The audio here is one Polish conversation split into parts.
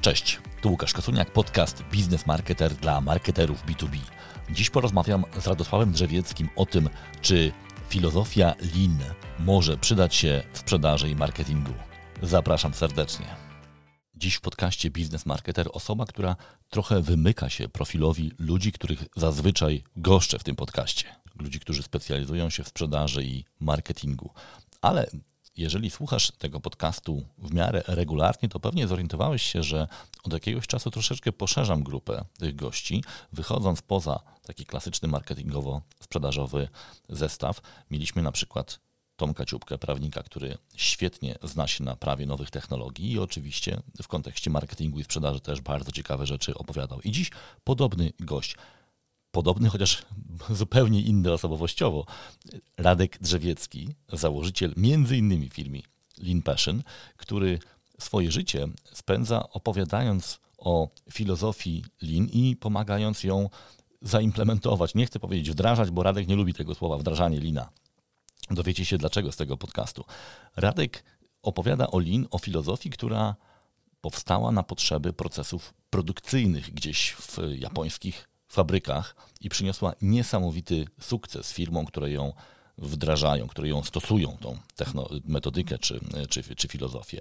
Cześć, tu Łukasz Kosuniak, podcast Biznes Marketer dla marketerów B2B. Dziś porozmawiam z Radosławem Drzewieckim o tym, czy filozofia Lean może przydać się w sprzedaży i marketingu. Zapraszam serdecznie. Dziś w podcaście Biznes Marketer osoba, która trochę wymyka się profilowi ludzi, których zazwyczaj goszczę w tym podcaście. Ludzi, którzy specjalizują się w sprzedaży i marketingu. Ale jeżeli słuchasz tego podcastu w miarę regularnie, to pewnie zorientowałeś się, że od jakiegoś czasu troszeczkę poszerzam grupę tych gości, wychodząc poza taki klasyczny marketingowo-sprzedażowy zestaw. Mieliśmy na przykład Tomka Ciupkę, prawnika, który świetnie zna się na prawie nowych technologii i oczywiście w kontekście marketingu i sprzedaży też bardzo ciekawe rzeczy opowiadał. I dziś podobny gość. Podobny, chociaż zupełnie inny osobowościowo, Radek Drzewiecki, założyciel m.in. firmy Lean Passion, który swoje życie spędza opowiadając o filozofii Lean i pomagając ją zaimplementować. Nie chcę powiedzieć wdrażać, bo Radek nie lubi tego słowa, wdrażanie Leana. Dowiecie się dlaczego z tego podcastu. Radek opowiada o Lean, o filozofii, która powstała na potrzeby procesów produkcyjnych gdzieś w japońskich fabrykach i przyniosła niesamowity sukces firmom, które ją wdrażają, które ją stosują, tą metodykę czy filozofię.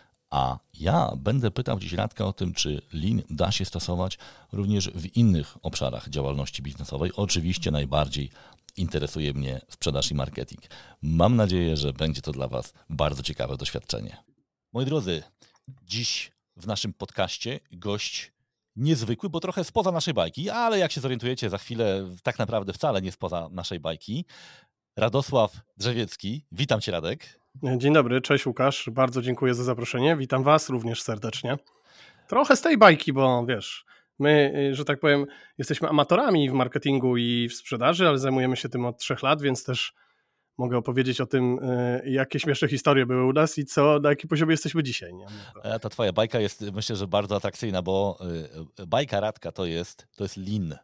A ja będę pytał dziś Radka o tym, czy Lean da się stosować również w innych obszarach działalności biznesowej. Oczywiście najbardziej interesuje mnie sprzedaż i marketing. Mam nadzieję, że będzie to dla Was bardzo ciekawe doświadczenie. Moi drodzy, dziś w naszym podcaście gość niezwykły, bo trochę spoza naszej bajki, ale jak się zorientujecie za chwilę, tak naprawdę wcale nie spoza naszej bajki. Radosław Drzewiecki. Witam Cię, Radek. Dzień dobry, cześć Łukasz, bardzo dziękuję za zaproszenie, witam Was również serdecznie. Trochę z tej bajki, bo wiesz, my, że tak powiem, jesteśmy amatorami w marketingu i w sprzedaży, ale zajmujemy się tym od 3 lat, więc też mogę opowiedzieć o tym, jakie śmieszne historie były u nas i na jakim poziomie jesteśmy dzisiaj. Nie? Ta Twoja bajka jest, myślę, że bardzo atrakcyjna, bo bajka Radka to jest Lean.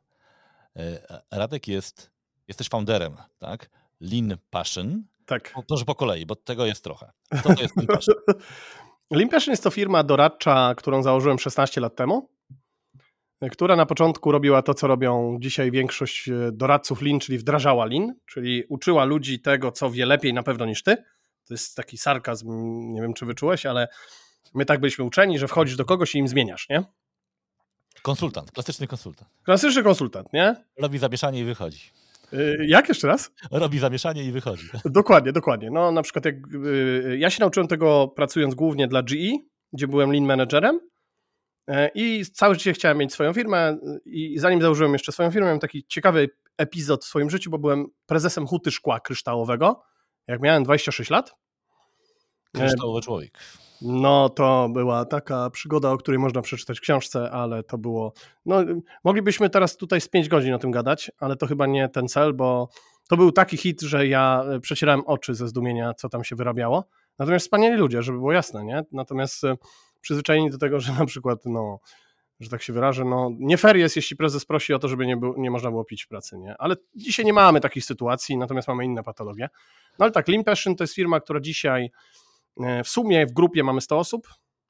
Radek jesteś founderem, tak? Lean Passion. Tak. Może po kolei, bo tego jest trochę. Co to jest Lean Passion? Lean Passion jest to firma doradcza, którą założyłem 16 lat temu, która na początku robiła to, co robią dzisiaj większość doradców Lean, czyli wdrażała Lean, czyli uczyła ludzi tego, co wie lepiej na pewno niż ty. To jest taki sarkazm, nie wiem, czy wyczułeś, ale my tak byliśmy uczeni, że wchodzisz do kogoś i im zmieniasz, nie? Konsultant, klasyczny konsultant. Klasyczny konsultant, nie? Robi zamieszanie i wychodzi. Jak jeszcze raz? Robi zamieszanie i wychodzi. Dokładnie. No na przykład ja się nauczyłem tego pracując głównie dla GE, gdzie byłem Lean Managerem i całe życie chciałem mieć swoją firmę i zanim założyłem jeszcze swoją firmę, miałem taki ciekawy epizod w swoim życiu, bo byłem prezesem Huty Szkła Kryształowego, jak miałem 26 lat. Kryształowy człowiek. No to była taka przygoda, o której można przeczytać w książce, ale to było... No, moglibyśmy teraz tutaj z 5 godzin o tym gadać, ale to chyba nie ten cel, bo to był taki hit, że ja przecierałem oczy ze zdumienia, co tam się wyrabiało. Natomiast wspaniali ludzie, żeby było jasne, nie? Natomiast przyzwyczajeni do tego, że na przykład, że tak się wyrażę, nie fair jest, jeśli prezes prosi o to, żeby nie można było pić w pracy, nie? Ale dzisiaj nie mamy takich sytuacji, natomiast mamy inne patologie. No ale tak, Lean Passion to jest firma, która dzisiaj w sumie w grupie mamy 100 osób.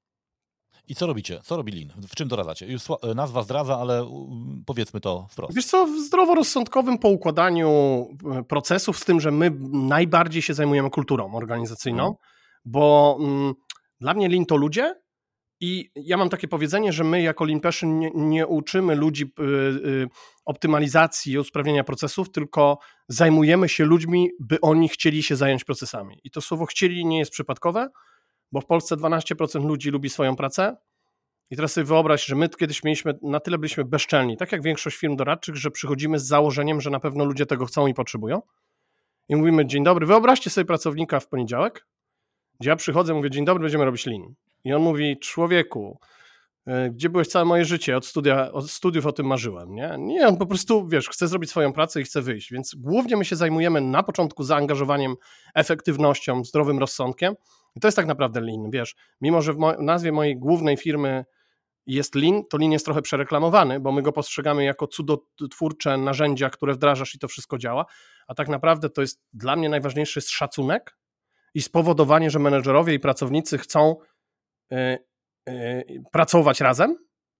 I co robicie? Co robi Lean? W czym doradzacie? Już nazwa zdradza, ale powiedzmy to wprost. Wiesz co, w zdroworozsądkowym poukładaniu procesów, z tym, że my najbardziej się zajmujemy kulturą organizacyjną, bo dla mnie Lean to ludzie i ja mam takie powiedzenie, że my jako Lean Passion nie uczymy ludzi optymalizacji i usprawnienia procesów, tylko zajmujemy się ludźmi, by oni chcieli się zająć procesami. I to słowo chcieli nie jest przypadkowe, bo w Polsce 12% ludzi lubi swoją pracę. I teraz sobie wyobraź, że my kiedyś na tyle byliśmy bezczelni, tak jak większość firm doradczych, że przychodzimy z założeniem, że na pewno ludzie tego chcą i potrzebują. I mówimy, dzień dobry, wyobraźcie sobie pracownika w poniedziałek, gdzie ja przychodzę, mówię, dzień dobry, będziemy robić Lean. I on mówi, człowieku, gdzie byłeś całe moje życie, od studiów o tym marzyłem, nie? Nie, on po prostu, chce zrobić swoją pracę i chce wyjść, więc głównie my się zajmujemy na początku zaangażowaniem, efektywnością, zdrowym rozsądkiem i to jest tak naprawdę Lean, mimo że w nazwie mojej głównej firmy jest Lean, to Lean jest trochę przereklamowany, bo my go postrzegamy jako cudotwórcze narzędzia, które wdrażasz i to wszystko działa, a tak naprawdę to jest dla mnie najważniejszy jest szacunek i spowodowanie, że menedżerowie i pracownicy chcą pracować razem,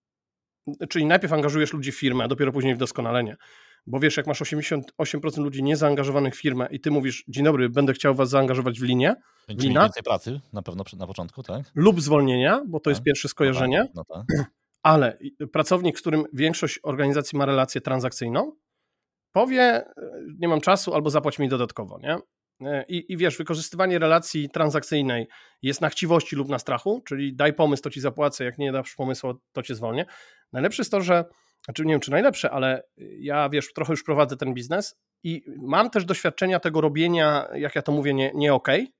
czyli najpierw angażujesz ludzi w firmę, a dopiero później w doskonalenie. Bo wiesz, jak masz 88% ludzi niezaangażowanych w firmę i ty mówisz, dzień dobry, będę chciał was zaangażować w linię. Będzie mieć więcej pracy na pewno na początku, tak? Lub zwolnienia, bo to jest pierwsze skojarzenie. No tak. Ale pracownik, z którym większość organizacji ma relację transakcyjną, powie, nie mam czasu, albo zapłać mi dodatkowo, nie? I wiesz, wykorzystywanie relacji transakcyjnej jest na chciwości lub na strachu, czyli daj pomysł, to ci zapłacę, jak nie dasz pomysłu, to cię zwolnię. Najlepsze jest to, że, znaczy nie wiem, czy najlepsze, ale ja, wiesz, trochę już prowadzę ten biznes i mam też doświadczenia tego robienia, jak ja to mówię, nie okej.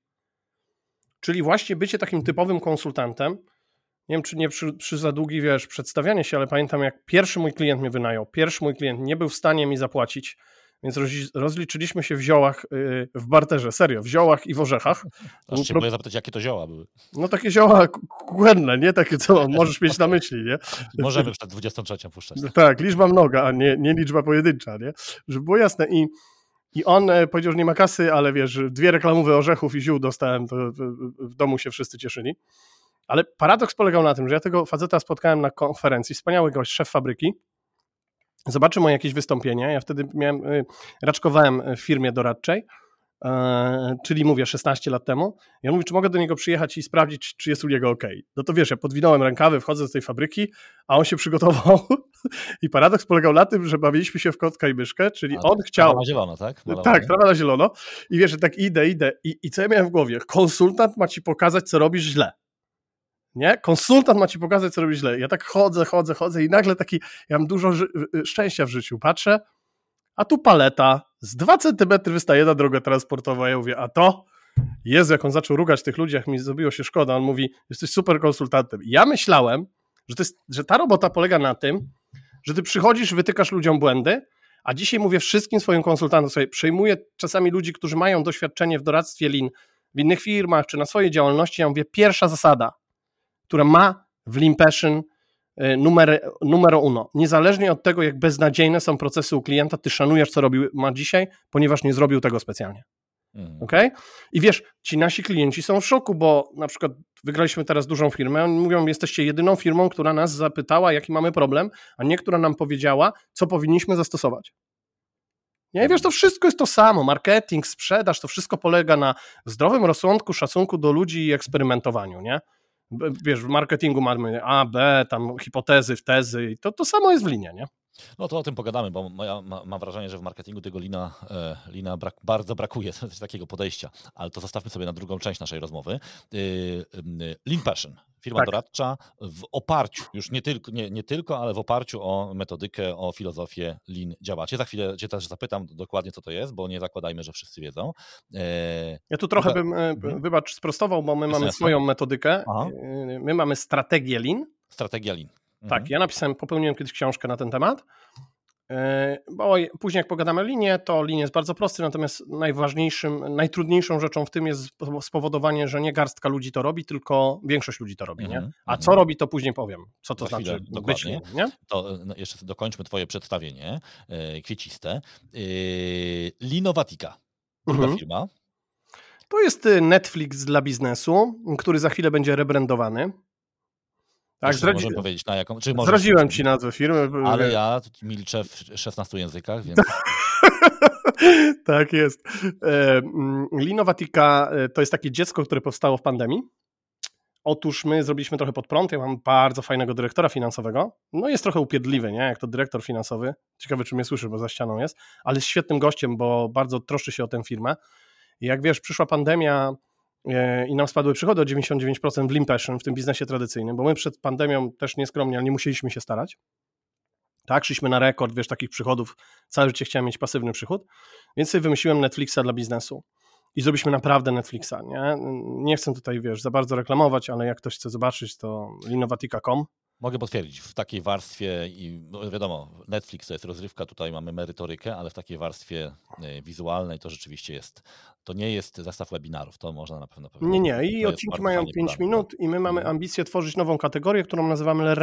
Czyli właśnie bycie takim typowym konsultantem. Nie wiem, czy nie przy za długi, wiesz, przedstawianie się, ale pamiętam, jak pierwszy mój klient mnie wynajął. Pierwszy mój klient nie był w stanie mi zapłacić, więc rozliczyliśmy się w ziołach, w barterze, serio, w ziołach i w orzechach. Aż się boję zapytać, jakie to zioła były. No takie zioła kuchenne, nie? Takie, co możesz mieć na myśli, nie? Możemy przed 23 puszczać. Tak, liczba mnoga, a nie liczba pojedyncza, nie? Żeby było jasne. I on powiedział, że nie ma kasy, ale wiesz, 2 reklamowe orzechów i ziół dostałem, to w domu się wszyscy cieszyli. Ale paradoks polegał na tym, że ja tego faceta spotkałem na konferencji, wspaniały gość, szef fabryki, zobaczył moje jakieś wystąpienie, ja wtedy raczkowałem w firmie doradczej, czyli mówię 16 lat temu, ja mówię, czy mogę do niego przyjechać i sprawdzić, czy jest u niego okej. No to wiesz, ja podwinąłem rękawy, wchodzę do tej fabryki, a on się przygotował i paradoks polegał na tym, że bawiliśmy się w kotka i myszkę, czyli on chciał... Trawa na zielono, tak? Malowanie. Tak, trawa na zielono i wiesz, że tak idę i co ja miałem w głowie? Konsultant ma ci pokazać, co robisz źle. Nie? Konsultant ma ci pokazać, co robisz źle. Ja tak chodzę i nagle ja mam dużo szczęścia w życiu. Patrzę, a tu paleta, z 2 centymetry wystaje na drogę transportową. Ja mówię, a to? Jezu, jak on zaczął rugać tych ludzi, jak mi zrobiło się szkoda. On mówi, jesteś super konsultantem. I ja myślałem, że ta robota polega na tym, że ty przychodzisz, wytykasz ludziom błędy, a dzisiaj mówię wszystkim swoim konsultantom, sobie przejmuję czasami ludzi, którzy mają doświadczenie w doradztwie Lean w innych firmach, czy na swojej działalności. Ja mówię, pierwsza zasada, która ma w Lean Passion numero uno. Niezależnie od tego, jak beznadziejne są procesy u klienta, ty szanujesz, co ma dzisiaj, ponieważ nie zrobił tego specjalnie. Okay? I wiesz, ci nasi klienci są w szoku, bo na przykład wygraliśmy teraz dużą firmę, oni mówią, jesteście jedyną firmą, która nas zapytała, jaki mamy problem, a nie która nam powiedziała, co powinniśmy zastosować. Nie, wiesz, to wszystko jest to samo, marketing, sprzedaż, to wszystko polega na zdrowym rozsądku, szacunku do ludzi i eksperymentowaniu, nie? Wiesz, w marketingu mamy A, B, tam hipotezy, tezy i to samo jest w Leanie, nie? No to o tym pogadamy, bo mam wrażenie, że w marketingu tego Leana bardzo brakuje takiego podejścia, ale to zostawmy sobie na drugą część naszej rozmowy. Lean Passion, firma doradcza w oparciu, już nie tylko, ale w oparciu o metodykę, o filozofię Lean działacie. Za chwilę cię też zapytam dokładnie, co to jest, bo nie zakładajmy, że wszyscy wiedzą. Ja tu trochę bym, wybacz, sprostował, bo my mamy swoją metodykę. Aha. My mamy strategię Lean. Strategia Lean. Tak, ja popełniłem kiedyś książkę na ten temat, bo później jak pogadamy o Leanie, to Lean jest bardzo prosty, natomiast najtrudniejszą rzeczą w tym jest spowodowanie, że nie garstka ludzi to robi, tylko większość ludzi to robi, nie? A co robi, to później powiem, co to znaczy być Lean, nie? To jeszcze dokończmy twoje przedstawienie kwieciste. Leanowatica, druga firma. To jest Netflix dla biznesu, który za chwilę będzie rebrandowany. Tak, możemy powiedzieć na jaką. Zdradziłem ci nazwę firmy. Ale ja milczę w 16 językach, więc. Tak jest. Leanowatica to jest takie dziecko, które powstało w pandemii. Otóż my zrobiliśmy trochę pod prąd. Ja mam bardzo fajnego dyrektora finansowego. No jest trochę upierdliwy, nie? Jak to dyrektor finansowy. Ciekawe, czy mnie słyszy, bo za ścianą jest. Ale jest świetnym gościem, bo bardzo troszczy się o tę firmę. I jak wiesz, przyszła pandemia i nam spadły przychody o 99% w Lean Passion, w tym biznesie tradycyjnym, bo my przed pandemią też nieskromnie, ale nie musieliśmy się starać. Tak, szliśmy na rekord, wiesz, takich przychodów. Całe życie chciałem mieć pasywny przychód, więc sobie wymyśliłem Netflixa dla biznesu. I zrobiliśmy naprawdę Netflixa, nie? Nie chcę tutaj, wiesz, za bardzo reklamować, ale jak ktoś chce zobaczyć, to leanowatica.com. Mogę potwierdzić, w takiej warstwie i wiadomo, Netflix to jest rozrywka, tutaj mamy merytorykę, ale w takiej warstwie wizualnej to rzeczywiście jest, to nie jest zestaw webinarów, to można na pewno powiedzieć. Nie, i odcinki mają 5 minut i my mamy ambicję tworzyć nową kategorię, którą nazywamy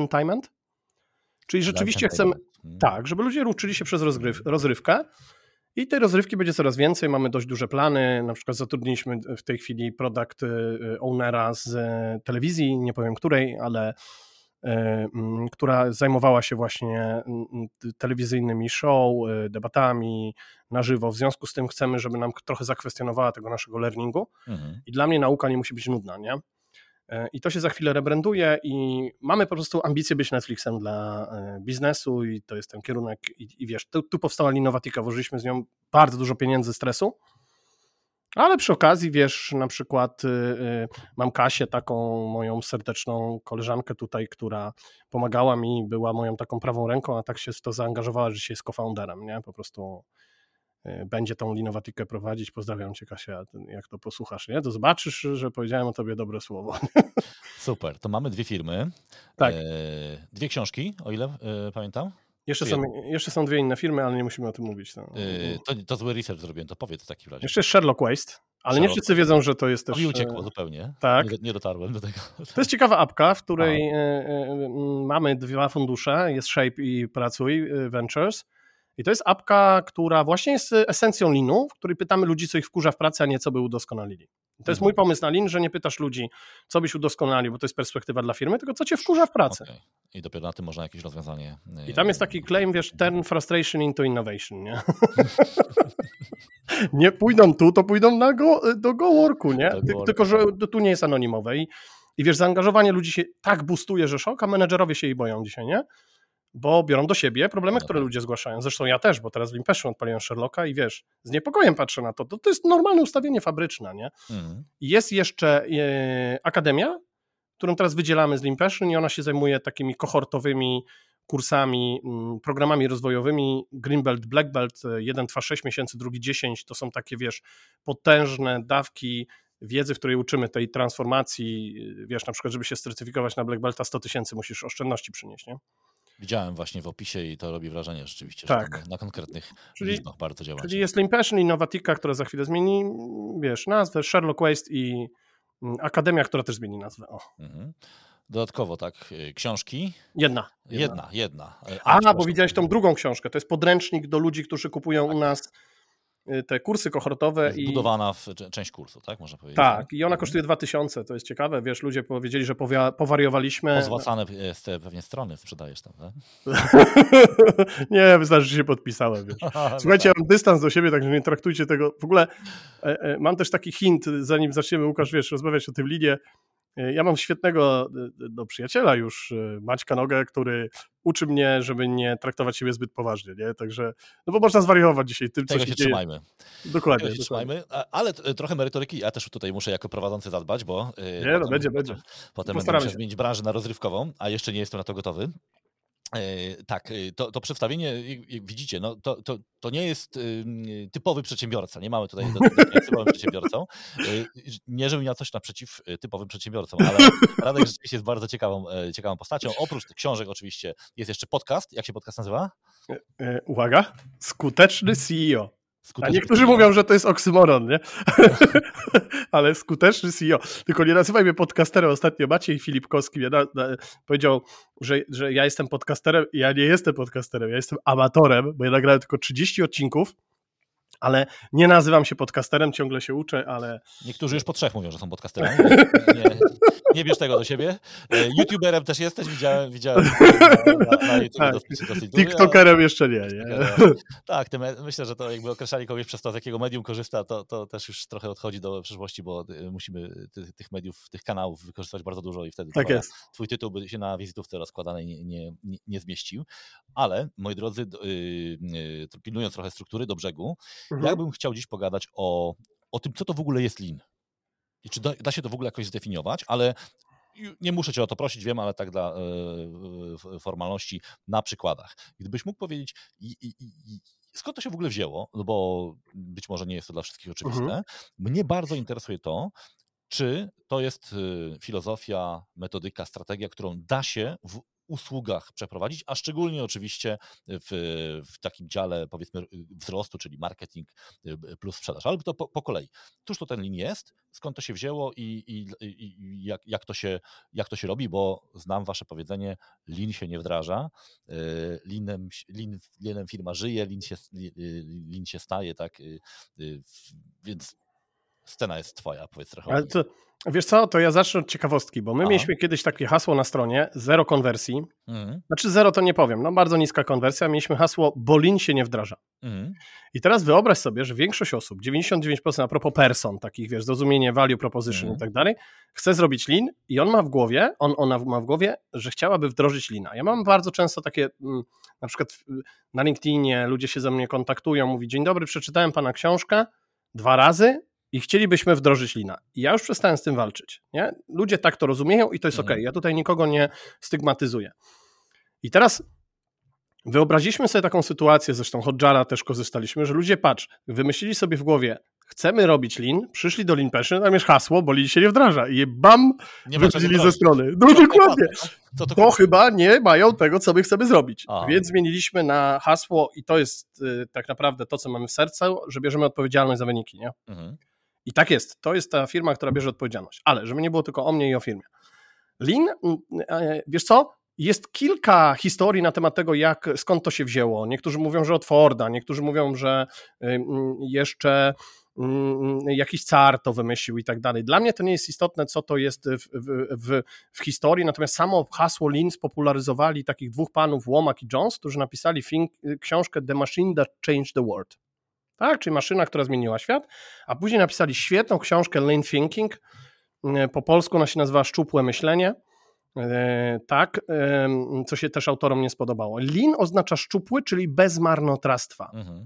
Learntainment, czyli rzeczywiście chcemy, tak, żeby ludzie uczyli się przez rozrywkę I tej rozrywki będzie coraz więcej, mamy dość duże plany, na przykład zatrudniliśmy w tej chwili product ownera z telewizji, nie powiem której, ale która zajmowała się właśnie telewizyjnymi show, debatami na żywo. W związku z tym chcemy, żeby nam trochę zakwestionowała tego naszego learningu i dla mnie nauka nie musi być nudna, nie? I to się za chwilę rebranduje i mamy po prostu ambicje być Netflixem dla biznesu i to jest ten kierunek i wiesz, tu powstała Linowatika, włożyliśmy z nią bardzo dużo pieniędzy, stresu, ale przy okazji, wiesz, na przykład mam Kasię, taką moją serdeczną koleżankę tutaj, która pomagała mi, była moją taką prawą ręką, a tak się w to zaangażowała, że dzisiaj jest co-founderem, nie? Po prostu będzie tą Linowatikę prowadzić. Pozdrawiam cię, Kasia, jak to posłuchasz, nie? To zobaczysz, że powiedziałem o tobie dobre słowo. Super, to mamy 2 firmy, Tak. 2 książki, o ile pamiętam. Jeszcze są 2 inne firmy, ale nie musimy o tym mówić. To zły research zrobiłem, to powiedz w takim razie. Jeszcze jest Sherlock Waste, ale nie wszyscy wiedzą, że to jest też... To mi uciekło zupełnie, tak. Nie dotarłem do tego. To jest ciekawa apka, w której mamy 2 fundusze, jest Shape i Pracuj Ventures. I to jest apka, która właśnie jest esencją Leanu, w której pytamy ludzi, co ich wkurza w pracy, a nie co by udoskonalili. To jest mój pomysł na Lean, że nie pytasz ludzi, co byś udoskonalił, bo to jest perspektywa dla firmy, tylko co cię wkurza w pracy. Okay. I dopiero na tym można jakieś rozwiązanie... I tam jest taki claim, wiesz, turn frustration into innovation, nie? Nie pójdą tu, to pójdą do GoWorku, nie? Tylko, że tu nie jest anonimowe. I wiesz, zaangażowanie ludzi się tak boostuje, że szok, a menedżerowie się jej boją dzisiaj, nie? Bo biorą do siebie problemy, które ludzie zgłaszają. Zresztą ja też, bo teraz w Limpassion odpaliłem Sherlocka i wiesz, z niepokojem patrzę na to. To jest normalne ustawienie fabryczne, nie? I jest jeszcze akademia, którą teraz wydzielamy z Limpassion i ona się zajmuje takimi kohortowymi kursami, programami rozwojowymi. Green Belt, Black Belt, jeden trwa 6 miesięcy, drugi 10. To są takie, wiesz, potężne dawki wiedzy, w której uczymy tej transformacji. Wiesz, na przykład, żeby się certyfikować na Black Belta 100 000 musisz oszczędności przynieść, nie? Widziałem właśnie w opisie i to robi wrażenie rzeczywiście, tak. Że na konkretnych liczbach bardzo działacie. Czyli jest Limpassion, Innovatica, która za chwilę zmieni, wiesz, nazwę, Sherlock Waste i Akademia, która też zmieni nazwę. Dodatkowo, tak, książki? Jedna. Bo widziałeś tą drugą książkę, to jest podręcznik do ludzi, którzy kupują u nas te kursy kohortowe. Jest budowana w część kursu, tak można powiedzieć? Tak, i ona kosztuje 2000, to jest ciekawe, wiesz, ludzie powiedzieli, że powariowaliśmy. Pozłacane z te pewnie strony sprzedajesz tam, tak? Nie, wystarczy, że się podpisałem, wiesz. Słuchajcie, ja mam dystans do siebie, także nie traktujcie tego, w ogóle mam też taki hint, zanim zaczniemy, Łukasz, wiesz, rozmawiać o tym linie. Ja mam świetnego przyjaciela już, Maćka Nogę, który uczy mnie, żeby nie traktować siebie zbyt poważnie, nie? Także, no bo można zwariować dzisiaj tym, co się dzieje. Trzymajmy. Dokładnie. Tego się trzymajmy, ale trochę merytoryki, ja też tutaj muszę jako prowadzący zadbać, bo będzie. Potem będę musiał zmienić branżę na rozrywkową, a jeszcze nie jestem na to gotowy. Tak, to przedstawienie, jak widzicie, no to nie jest typowy przedsiębiorca, nie mamy tutaj do typowym przedsiębiorcą. Nie, żebym miał coś naprzeciw typowym przedsiębiorcom, ale Radek rzeczywiście jest bardzo ciekawą postacią. Oprócz tych książek oczywiście jest jeszcze podcast. Jak się podcast nazywa? Uwaga, Skuteczny CEO. A niektórzy mówią, że to jest oksymoron, nie? Ale skuteczny CEO. Tylko nie nazywaj mnie podcasterem. Ostatnio Maciej Filipkowski powiedział, że ja jestem podcasterem. Ja nie jestem podcasterem, ja jestem amatorem, bo ja nagrałem tylko 30 odcinków, ale nie nazywam się podcasterem, ciągle się uczę, ale... Niektórzy już po 3 mówią, że są podcasterami. Nie bierz tego do siebie. YouTuberem też jesteś, widziałem na YouTube tak. dosyć duży. TikTokerem jeszcze nie. Tak, myślę, że to jakby określali kogoś przez to, z jakiego medium korzysta, to też już trochę odchodzi do przyszłości, bo musimy tych mediów, tych kanałów wykorzystywać bardzo dużo i wtedy twój tytuł by się na wizytówce rozkładanej nie zmieścił. Ale, moi drodzy, pilnując trochę struktury do brzegu, ja bym chciał dziś pogadać o tym, co to w ogóle jest Lean. I czy da się to w ogóle jakoś zdefiniować, ale nie muszę cię o to prosić, wiem, ale tak dla formalności na przykładach. Gdybyś mógł powiedzieć, skąd to się w ogóle wzięło, no bo być może nie jest to dla wszystkich oczywiste. Mnie bardzo interesuje to, czy to jest filozofia, metodyka, strategia, którą da się usługach przeprowadzić, a szczególnie oczywiście w takim dziale, powiedzmy, wzrostu, czyli marketing plus sprzedaż. Ale to po kolei. Cóż to ten Lean jest? Skąd to się wzięło i jak to się robi? Bo znam wasze powiedzenie, Lean się nie wdraża, Leanem firma żyje, Lean się staje, tak? Więc scena jest twoja, powiedz trochę. Ale to, wiesz co, to ja zacznę od ciekawostki, bo my mieliśmy kiedyś takie hasło na stronie, 0 konwersji. Znaczy 0 to nie powiem, no bardzo niska konwersja. Mieliśmy hasło, bo Lean się nie wdraża. I teraz wyobraź sobie, że większość osób, 99% a propos person, takich wiesz, zrozumienie value proposition i tak dalej, chce zrobić Lean i on ma w głowie, ona ma w głowie, że chciałaby wdrożyć Leana. Ja mam bardzo często takie, na przykład na LinkedInie ludzie się ze mnie kontaktują, mówi, dzień dobry, przeczytałem pana książkę 2 razy, i chcielibyśmy wdrożyć Leana. I ja już przestałem z tym walczyć. Nie? Ludzie tak to rozumieją i to jest okej. Ja tutaj nikogo nie stygmatyzuję. I teraz wyobraziliśmy sobie taką sytuację, zresztą Hotjara też korzystaliśmy, że ludzie, patrz, wymyślili sobie w głowie, chcemy robić Lean, przyszli do Lean Passion, tam jest hasło, bo Lean się nie wdraża. I je bam, wychodzili ze strony. No dokładnie. To chyba nie mają tego, co my chcemy zrobić. Więc zmieniliśmy na hasło i to jest tak naprawdę to, co mamy w sercu, że bierzemy odpowiedzialność za wyniki. Nie? I tak jest. To jest ta firma, która bierze odpowiedzialność. Ale żeby nie było tylko o mnie i o firmie. Lean, wiesz co? Jest kilka historii na temat tego, skąd to się wzięło. Niektórzy mówią, że od Forda, niektórzy mówią, że jeszcze jakiś car to wymyślił i tak dalej. Dla mnie to nie jest istotne, co to jest w historii, natomiast samo hasło Lean spopularyzowali takich 2 panów, Womack i Jones, którzy napisali książkę The Machine That Changed the World. Tak, czyli maszyna, która zmieniła świat, a później napisali świetną książkę Lean Thinking, po polsku ona się nazywa Szczupłe myślenie, tak, co się też autorom nie spodobało. Lean oznacza szczupły, czyli bez marnotrawstwa.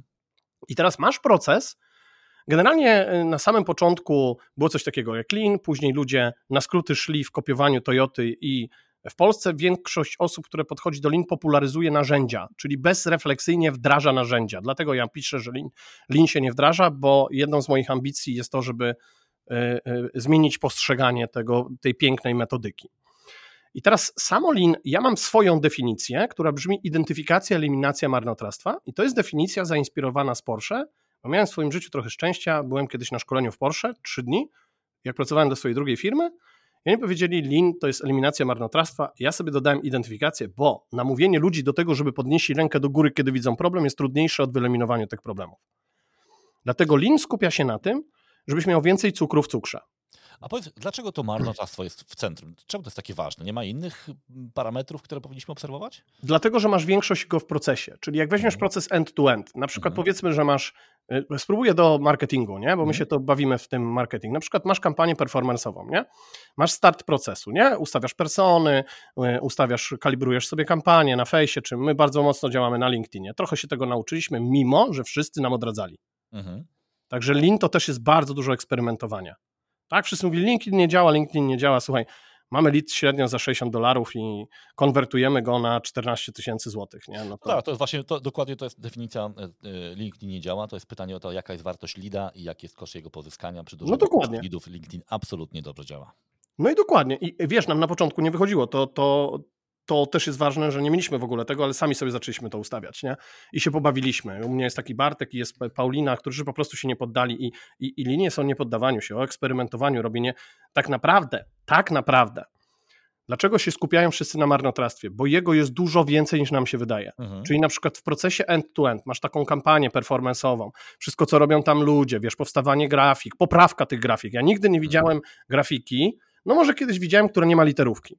I teraz masz proces, generalnie na samym początku było coś takiego jak Lean, później ludzie na skróty szli w kopiowaniu Toyoty i w Polsce większość osób, które podchodzi do Lean, popularyzuje narzędzia, czyli bezrefleksyjnie wdraża narzędzia. Dlatego ja piszę, że Lean się nie wdraża, bo jedną z moich ambicji jest to, żeby zmienić postrzeganie tej pięknej metodyki. I teraz samo Lean, ja mam swoją definicję, która brzmi identyfikacja, eliminacja marnotrawstwa i to jest definicja zainspirowana z Porsche, bo miałem w swoim życiu trochę szczęścia, byłem kiedyś na szkoleniu w Porsche, 3 dni, jak pracowałem do swojej drugiej firmy, i oni powiedzieli, Lean to jest eliminacja marnotrawstwa, ja sobie dodałem identyfikację, bo namówienie ludzi do tego, żeby podnieśli rękę do góry, kiedy widzą problem, jest trudniejsze od wyeliminowania tych problemów. Dlatego Lean skupia się na tym, żebyś miał więcej cukru w cukrze. A powiedz, dlaczego to marnotrawstwo jest w centrum? Czemu to jest takie ważne? Nie ma innych parametrów, które powinniśmy obserwować? Dlatego, że masz większość go w procesie. Czyli jak weźmiesz proces end-to-end, na przykład powiedzmy, że masz, spróbuję do marketingu, nie? Bo my się to bawimy w tym marketing. Na przykład masz kampanię performance'ową, nie? Masz start procesu, nie? Ustawiasz persony, kalibrujesz sobie kampanię na fejsie, czy my bardzo mocno działamy na LinkedInie. Trochę się tego nauczyliśmy, mimo że wszyscy nam odradzali. Także Lean to też jest bardzo dużo eksperymentowania. Tak, wszyscy mówili, LinkedIn nie działa, słuchaj, mamy lead średnio za $60 i konwertujemy go na 14 000 złotych. Nie? No to... Tak, to jest właśnie, dokładnie to jest definicja, LinkedIn nie działa, to jest pytanie o to, jaka jest wartość leada i jaki jest koszt jego pozyskania. Przy dużym leadów LinkedIn absolutnie dobrze działa. No i dokładnie. I wiesz, nam na początku nie wychodziło, to też jest ważne, że nie mieliśmy w ogóle tego, ale sami sobie zaczęliśmy to ustawiać, nie? I się pobawiliśmy. U mnie jest taki Bartek i jest Paulina, którzy po prostu się nie poddali i linie są o niepoddawaniu się, o eksperymentowaniu, robienie tak naprawdę. Dlaczego się skupiają wszyscy na marnotrawstwie? Bo jego jest dużo więcej niż nam się wydaje. Czyli na przykład w procesie end-to-end masz taką kampanię performance'ową, wszystko co robią tam ludzie, wiesz, powstawanie grafik, poprawka tych grafik. Ja nigdy nie widziałem grafiki, no może kiedyś widziałem, która nie ma literówki.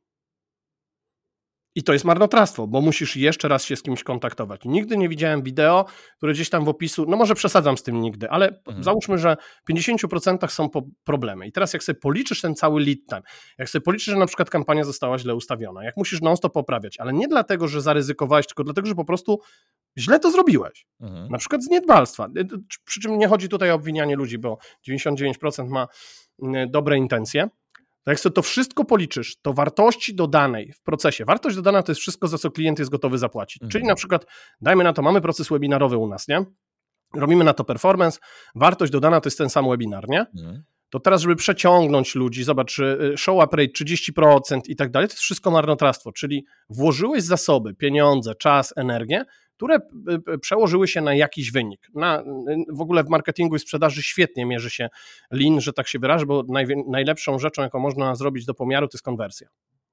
I to jest marnotrawstwo, bo musisz jeszcze raz się z kimś kontaktować. Nigdy nie widziałem wideo, które gdzieś tam w opisu, no może przesadzam z tym nigdy, ale załóżmy, że w 50% są problemy. I teraz jak sobie policzysz ten cały lead time, jak sobie policzysz, że na przykład kampania została źle ustawiona, jak musisz non-stop poprawiać, ale nie dlatego, że zaryzykowałeś, tylko dlatego, że po prostu źle to zrobiłeś. Na przykład z niedbalstwa. Przy czym nie chodzi tutaj o obwinianie ludzi, bo 99% ma dobre intencje. To jak sobie to wszystko policzysz, to wartości dodanej w procesie, wartość dodana to jest wszystko, za co klient jest gotowy zapłacić. Czyli na przykład, dajmy na to, mamy proces webinarowy u nas, nie? Robimy na to performance, wartość dodana to jest ten sam webinar, nie? to teraz, żeby przeciągnąć ludzi, zobacz, show up rate 30% i tak dalej, to jest wszystko marnotrawstwo, czyli włożyłeś zasoby, pieniądze, czas, energię, które przełożyły się na jakiś wynik. W ogóle w marketingu i sprzedaży świetnie mierzy się lean, że tak się wyrażę, bo najlepszą rzeczą, jaką można zrobić do pomiaru, to jest konwersja.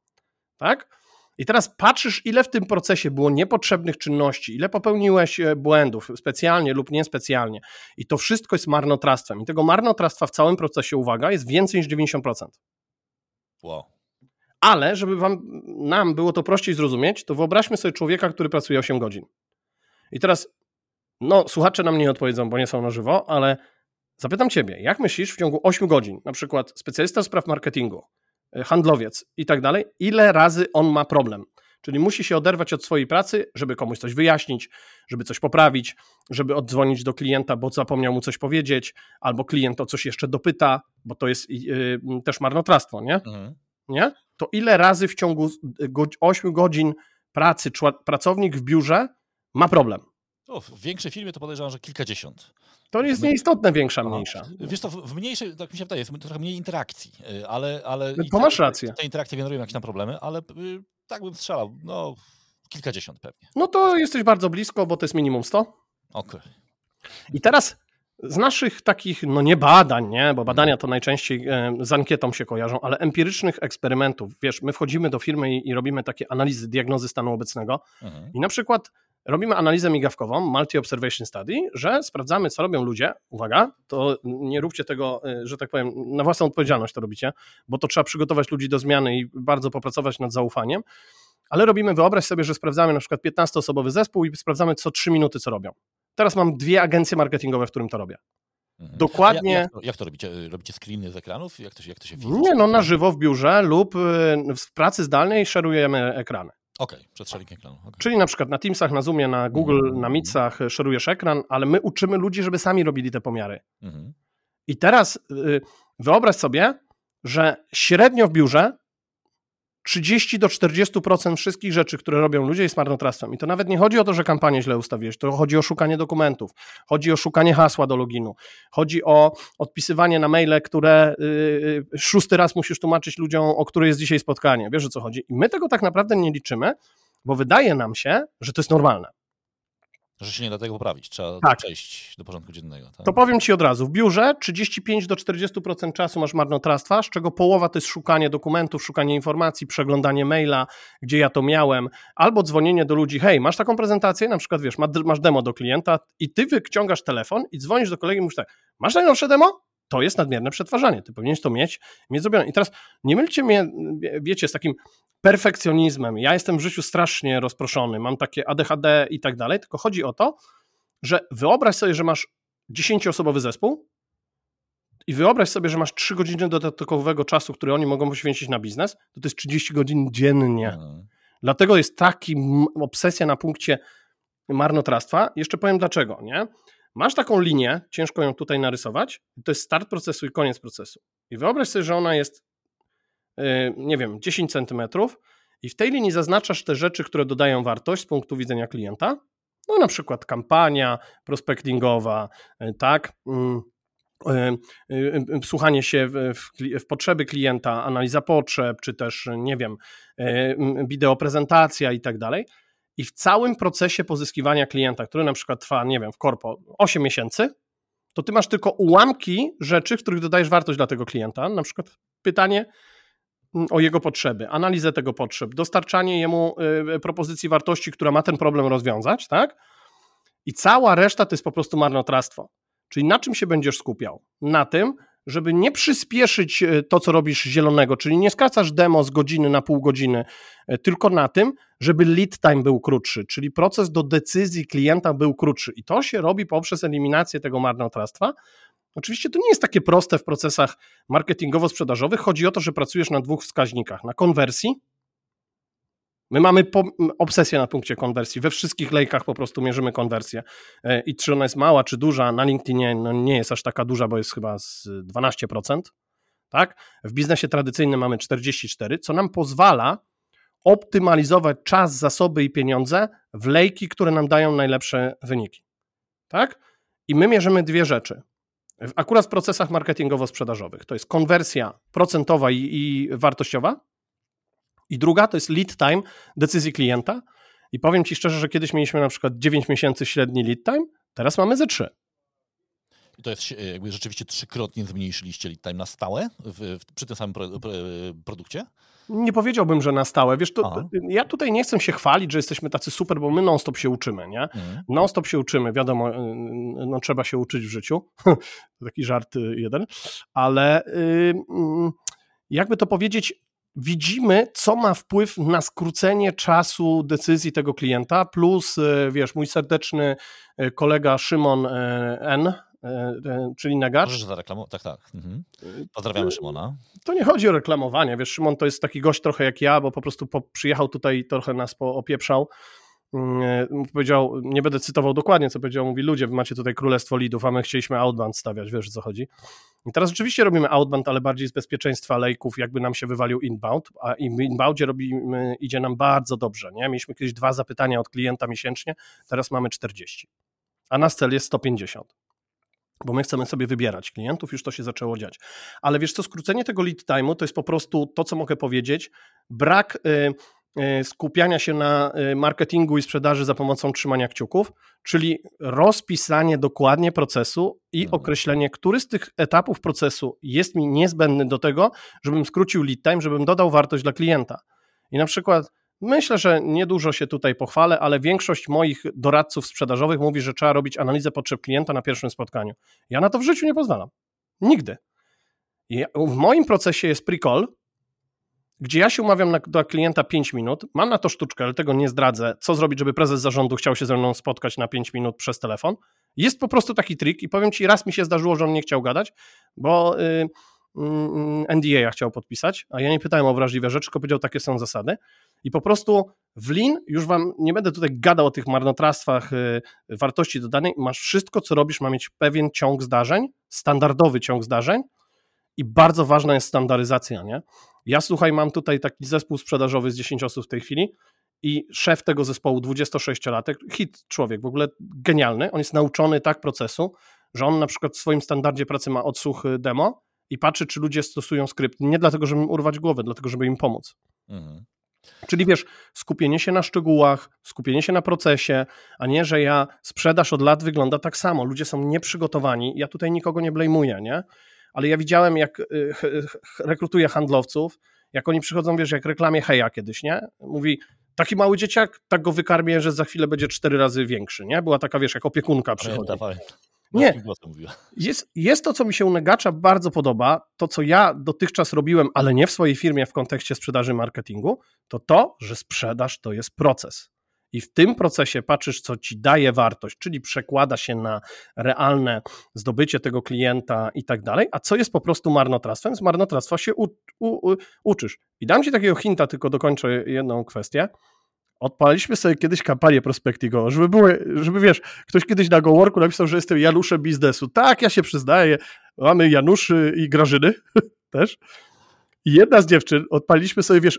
Tak? I teraz patrzysz, ile w tym procesie było niepotrzebnych czynności, ile popełniłeś błędów, specjalnie lub niespecjalnie. I to wszystko jest marnotrawstwem. I tego marnotrawstwa w całym procesie, uwaga, jest więcej niż 90%. Wow. Ale, żeby nam było to prościej zrozumieć, to wyobraźmy sobie człowieka, który pracuje 8 godzin. I teraz, słuchacze nam nie odpowiedzą, bo nie są na żywo, ale zapytam ciebie, jak myślisz w ciągu 8 godzin, na przykład specjalista do spraw marketingu, handlowiec i tak dalej, ile razy on ma problem? Czyli musi się oderwać od swojej pracy, żeby komuś coś wyjaśnić, żeby coś poprawić, żeby oddzwonić do klienta, bo zapomniał mu coś powiedzieć, albo klient o coś jeszcze dopyta, bo to jest też marnotrawstwo, nie? Mhm. Nie? To ile razy w ciągu 8 godzin pracy pracownik w biurze ma problem? W większej firmie to podejrzewam, że kilkadziesiąt. To jest nieistotne, większa, mniejsza. Wiesz co, w mniejszej, tak mi się wydaje, jest trochę mniej interakcji, ale to masz rację. Te interakcje generują jakieś tam problemy, ale tak bym strzelał, kilkadziesiąt pewnie. To jesteś bardzo blisko, bo to jest minimum 100. Okej. I teraz z naszych takich, nie badań, nie, bo badania to najczęściej z ankietą się kojarzą, ale empirycznych eksperymentów, wiesz, my wchodzimy do firmy i robimy takie analizy diagnozy stanu obecnego i na przykład robimy analizę migawkową, multi-observation study, że sprawdzamy, co robią ludzie. Uwaga, to nie róbcie tego, że tak powiem, na własną odpowiedzialność to robicie, bo to trzeba przygotować ludzi do zmiany i bardzo popracować nad zaufaniem, ale wyobraź sobie, że sprawdzamy na przykład 15-osobowy zespół i sprawdzamy co 3 minuty, co robią. Teraz mam 2 agencje marketingowe, w którym to robię. Dokładnie. Jak to robicie? Robicie screeny z ekranów? Jak to się widzi? Nie, na żywo w biurze lub w pracy zdalnej szerujemy ekrany. Okej, przed sharingiem ekranu. Okay. Czyli na przykład na Teamsach, na Zoomie, na Google, na Meetsach szerujesz ekran, ale my uczymy ludzi, żeby sami robili te pomiary. I teraz wyobraź sobie, że średnio w biurze 30 do 40% wszystkich rzeczy, które robią ludzie, jest marnotrawstwem. I to nawet nie chodzi o to, że kampanię źle ustawiłeś, to chodzi o szukanie dokumentów, chodzi o szukanie hasła do loginu, chodzi o odpisywanie na maile, które 6. raz musisz tłumaczyć ludziom, o której jest dzisiaj spotkanie. Wiesz, o co chodzi? I my tego tak naprawdę nie liczymy, bo wydaje nam się, że to jest normalne. Że się nie da tego poprawić, trzeba przejść do porządku dziennego. Tak? To powiem ci od razu, w biurze 35 do 40% czasu masz marnotrawstwa, z czego połowa to jest szukanie dokumentów, szukanie informacji, przeglądanie maila, gdzie ja to miałem, albo dzwonienie do ludzi, hej, masz taką prezentację, na przykład wiesz, masz demo do klienta i ty wyciągasz telefon i dzwonisz do kolegi i mówisz tak, masz najnowsze demo? To jest nadmierne przetwarzanie, ty powinieneś to mieć zrobione. I teraz nie mylcie mnie, wiecie, z takim perfekcjonizmem. Ja jestem w życiu strasznie rozproszony, mam takie ADHD i tak dalej, tylko chodzi o to, że wyobraź sobie, że masz 10-osobowy zespół i wyobraź sobie, że masz 3 godziny dodatkowego czasu, który oni mogą poświęcić na biznes, to jest 30 godzin dziennie. Dlatego jest taki obsesja na punkcie marnotrawstwa. Jeszcze powiem dlaczego, nie? Masz taką linię, ciężko ją tutaj narysować, to jest start procesu i koniec procesu. I wyobraź sobie, że ona jest, 10 centymetrów i w tej linii zaznaczasz te rzeczy, które dodają wartość z punktu widzenia klienta, na przykład kampania prospectingowa, tak, wsłuchanie się w potrzeby klienta, analiza potrzeb, czy też, wideo prezentacja i tak dalej. I w całym procesie pozyskiwania klienta, który na przykład trwa, w korpo 8 miesięcy, to ty masz tylko ułamki rzeczy, w których dodajesz wartość dla tego klienta, na przykład pytanie o jego potrzeby, analizę tego potrzeb, dostarczanie jemu propozycji wartości, która ma ten problem rozwiązać, tak? I cała reszta to jest po prostu marnotrawstwo. Czyli na czym się będziesz skupiał? Na tym, żeby nie przyspieszyć to, co robisz zielonego, czyli nie skracasz demo z godziny na pół godziny, tylko na tym, żeby lead time był krótszy, czyli proces do decyzji klienta był krótszy. I to się robi poprzez eliminację tego marnotrawstwa. Oczywiście to nie jest takie proste w procesach marketingowo-sprzedażowych. Chodzi o to, że pracujesz na 2 wskaźnikach. Na konwersji. My mamy obsesję na punkcie konwersji. We wszystkich lejkach po prostu mierzymy konwersję. I czy ona jest mała, czy duża, na LinkedInie nie jest aż taka duża, bo jest chyba z 12%. Tak? W biznesie tradycyjnym mamy 44%, co nam pozwala optymalizować czas, zasoby i pieniądze w lejki, które nam dają najlepsze wyniki. Tak? I my mierzymy 2 rzeczy. Akurat w procesach marketingowo-sprzedażowych. To jest konwersja procentowa i wartościowa. I druga to jest lead time decyzji klienta. I powiem Ci szczerze, że kiedyś mieliśmy na przykład 9 miesięcy średni lead time, teraz mamy ze 3. I to jest jakby rzeczywiście 3-krotnie zmniejszyliście lead time na stałe przy tym samym produkcie? Nie powiedziałbym, że na stałe. Wiesz, ja tutaj nie chcę się chwalić, że jesteśmy tacy super, bo my non-stop się uczymy, nie? Non-stop się uczymy, wiadomo, no trzeba się uczyć w życiu. Taki żart jeden. Ale jakby to powiedzieć, widzimy, co ma wpływ na skrócenie czasu decyzji tego klienta, plus, wiesz, mój serdeczny kolega Szymon N., czyli Negacz. Możesz zareklamować, tak. Pozdrawiamy Szymona. To nie chodzi o reklamowanie, wiesz, Szymon to jest taki gość trochę jak ja, bo po prostu przyjechał tutaj i trochę nas opieprzał. Powiedział, nie będę cytował dokładnie, co powiedział, mówi, ludzie, wy macie tutaj królestwo leadów, a my chcieliśmy outbound stawiać, wiesz, o co chodzi. I teraz rzeczywiście robimy outbound, ale bardziej z bezpieczeństwa lejków, jakby nam się wywalił inbound, a w inboundzie idzie nam bardzo dobrze, nie? Mieliśmy kiedyś 2 zapytania od klienta miesięcznie, teraz mamy 40, a nasz cel jest 150. Bo my chcemy sobie wybierać klientów, już to się zaczęło dziać. Ale wiesz co, skrócenie tego lead time'u to jest po prostu to, co mogę powiedzieć, brak skupiania się na marketingu i sprzedaży za pomocą trzymania kciuków, czyli rozpisanie dokładnie procesu i określenie, który z tych etapów procesu jest mi niezbędny do tego, żebym skrócił lead time, żebym dodał wartość dla klienta. I na przykład myślę, że niedużo się tutaj pochwalę, ale większość moich doradców sprzedażowych mówi, że trzeba robić analizę potrzeb klienta na pierwszym spotkaniu. Ja na to w życiu nie pozwalam. Nigdy. I w moim procesie jest pre-call, gdzie ja się umawiam do klienta 5 minut, mam na to sztuczkę, ale tego nie zdradzę, co zrobić, żeby prezes zarządu chciał się ze mną spotkać na 5 minut przez telefon. Jest po prostu taki trik i powiem Ci, raz mi się zdarzyło, że on nie chciał gadać, bo NDA chciał podpisać, a ja nie pytałem o wrażliwe rzeczy, tylko powiedział, takie są zasady. I po prostu w Lean, już Wam nie będę tutaj gadał o tych marnotrawstwach wartości dodanej, masz wszystko, co robisz, ma mieć pewien ciąg zdarzeń, standardowy ciąg zdarzeń i bardzo ważna jest standaryzacja, nie? Ja, słuchaj, mam tutaj taki zespół sprzedażowy z 10 osób w tej chwili i szef tego zespołu, 26-latek, hit człowiek, w ogóle genialny, on jest nauczony tak procesu, że on na przykład w swoim standardzie pracy ma odsłuch demo i patrzy, czy ludzie stosują skrypt, nie dlatego, żeby im urwać głowę, dlatego, żeby im pomóc. Czyli wiesz, skupienie się na szczegółach, skupienie się na procesie, a nie, że sprzedaż od lat wygląda tak samo. Ludzie są nieprzygotowani. Ja tutaj nikogo nie blejmuję, nie? Ale ja widziałem, jak rekrutuję handlowców, jak oni przychodzą, wiesz, jak reklamie Heja kiedyś, nie? Mówi, taki mały dzieciak, tak go wykarmię, że za chwilę będzie 4 razy większy, nie? Była taka, wiesz, jak opiekunka przychodzi. Nie, jest to, co mi się u Negacza bardzo podoba, to, co ja dotychczas robiłem, ale nie w swojej firmie w kontekście sprzedaży marketingu, to, że sprzedaż to jest proces. I w tym procesie patrzysz, co ci daje wartość, czyli przekłada się na realne zdobycie tego klienta i tak dalej, a co jest po prostu marnotrawstwem? Z marnotrawstwa się uczysz. I dam ci takiego hinta, tylko dokończę jedną kwestię. Odpaliliśmy sobie kiedyś kampanię Prospectigo, żeby wiesz, ktoś kiedyś na GoWorku napisał, że jestem Januszem biznesu. Tak, ja się przyznaję, mamy Januszy i Grażyny też. I jedna z dziewczyn, odpaliliśmy sobie, wiesz,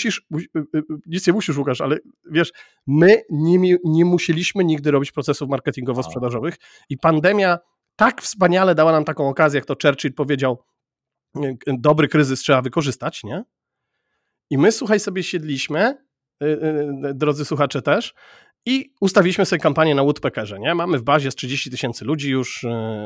nic nie musisz, Łukasz, ale wiesz, my nie musieliśmy nigdy robić procesów marketingowo-sprzedażowych i pandemia tak wspaniale dała nam taką okazję, jak to Churchill powiedział, dobry kryzys trzeba wykorzystać, nie? I my, słuchaj, sobie siedliśmy, drodzy słuchacze też, i ustawiliśmy sobie kampanię na Woodpeckerze, nie? Mamy w bazie z 30 000 ludzi już,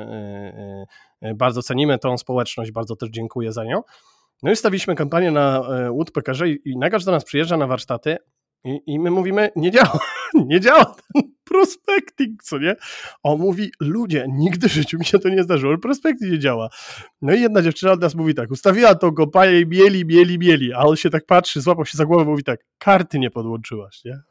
bardzo cenimy tą społeczność, bardzo też dziękuję za nią. No i stawiliśmy kampanię na Woodpeckerze i Negacz do nas przyjeżdża na warsztaty i my mówimy, nie działa ten prospecting, co nie? On mówi, ludzie, nigdy w życiu mi się to nie zdarzyło, ale prospecting nie działa. No i jedna dziewczyna od nas mówi tak, ustawiła tą kampanię i mieli, a on się tak patrzy, złapał się za głowę, mówi tak, karty nie podłączyłaś, nie?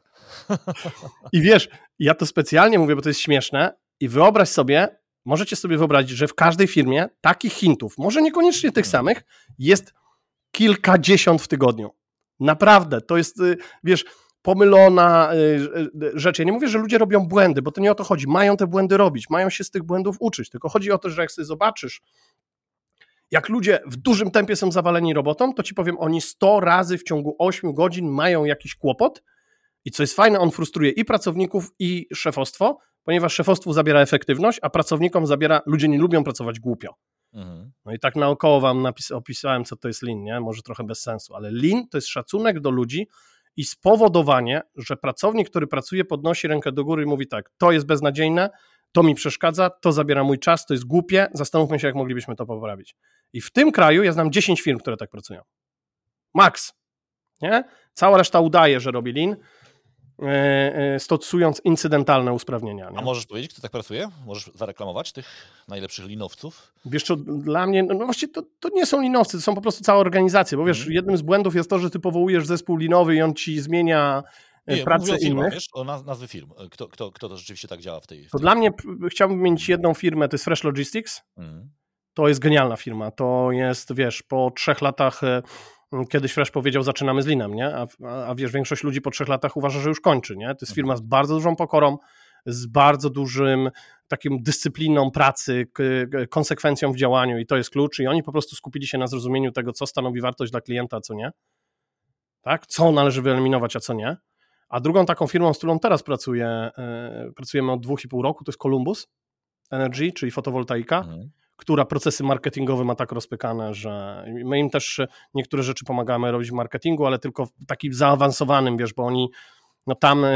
I wiesz, ja to specjalnie mówię, bo to jest śmieszne i wyobraź sobie, możecie sobie wyobrazić, że w każdej firmie takich hintów, może niekoniecznie tych samych, jest kilkadziesiąt w tygodniu. Naprawdę, to jest, wiesz, pomylona rzecz. Ja nie mówię, że ludzie robią błędy, bo to nie o to chodzi. Mają te błędy robić, mają się z tych błędów uczyć, tylko chodzi o to, że jak sobie zobaczysz, jak ludzie w dużym tempie są zawaleni robotą, to ci powiem, oni 100 razy w ciągu 8 godzin mają jakiś kłopot i co jest fajne, on frustruje i pracowników, i szefostwo, ponieważ szefostwu zabiera efektywność, a pracownikom zabiera, ludzie nie lubią pracować głupio. No i tak naokoło wam opisałem, co to jest Lean, nie? Może trochę bez sensu, ale Lean to jest szacunek do ludzi i spowodowanie, że pracownik, który pracuje, podnosi rękę do góry i mówi tak, to jest beznadziejne, to mi przeszkadza, to zabiera mój czas, to jest głupie, zastanówmy się, jak moglibyśmy to poprawić. I w tym kraju ja znam 10 firm, które tak pracują. Max. Nie? Cała reszta udaje, że robi Lean, stosując incydentalne usprawnienia. Nie? A możesz powiedzieć, kto tak pracuje? Możesz zareklamować tych najlepszych linowców? Wiesz co, dla mnie, no właściwie to nie są linowcy, to są po prostu całe organizacje, bo wiesz, jednym z błędów jest to, że ty powołujesz zespół linowy i on ci zmienia pracę innych. Wiesz, o nazwy firm. Kto to rzeczywiście tak działa w tej... To dla mnie, chciałbym mieć jedną firmę, to jest Fresh Logistics. To jest genialna firma. To jest, wiesz, po 3 latach, kiedyś Fresh powiedział, zaczynamy z Leanem, nie? A wiesz, większość ludzi po 3 latach uważa, że już kończy, nie? To jest firma z bardzo dużą pokorą, z bardzo dużym takim dyscypliną pracy, konsekwencją w działaniu i to jest klucz i oni po prostu skupili się na zrozumieniu tego, co stanowi wartość dla klienta, a co nie. Tak? Co należy wyeliminować, a co nie. A drugą taką firmą, z którą teraz pracujemy od 2,5 roku, to jest Columbus Energy, czyli fotowoltaika, która procesy marketingowe ma tak rozpykane, że my im też niektóre rzeczy pomagamy robić w marketingu, ale tylko w takim zaawansowanym, wiesz, bo oni tam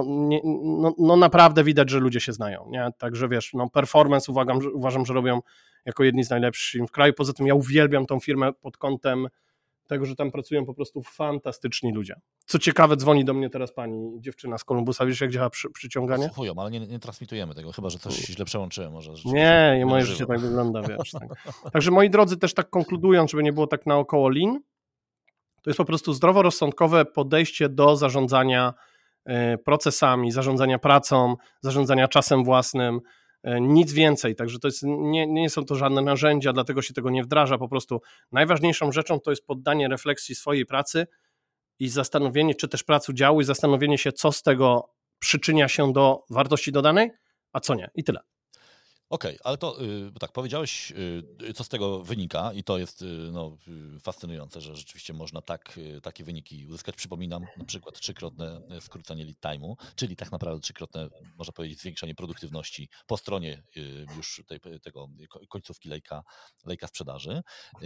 naprawdę widać, że ludzie się znają, nie? Także wiesz, performance uważam, że robią jako jedni z najlepszych w kraju. Poza tym ja uwielbiam tą firmę pod kątem tego, że tam pracują po prostu fantastyczni ludzie. Co ciekawe, dzwoni do mnie teraz pani dziewczyna z Kolumbusa, wiesz jak działa przyciąganie? Słuchują, ale nie transmitujemy tego, chyba że coś źle przełączyłem może. Nie, moje życie tak wygląda, wiesz. Tak. Także moi drodzy, też tak konkludując, żeby nie było tak naokoło Lean, to jest po prostu zdroworozsądkowe podejście do zarządzania procesami, zarządzania pracą, zarządzania czasem własnym, nic więcej, także to jest, nie są to żadne narzędzia, dlatego się tego nie wdraża, po prostu najważniejszą rzeczą to jest poddanie refleksji swojej pracy i zastanowienie, czy też pracy działu i zastanowienie się, co z tego przyczynia się do wartości dodanej, a co nie i tyle. Okej, ale to tak, powiedziałeś, co z tego wynika i to jest fascynujące, że rzeczywiście można takie wyniki uzyskać. Przypominam, na przykład 3-krotne skrócenie lead time'u, czyli tak naprawdę 3-krotne, można powiedzieć, zwiększenie produktywności po stronie już tego końcówki lejka sprzedaży.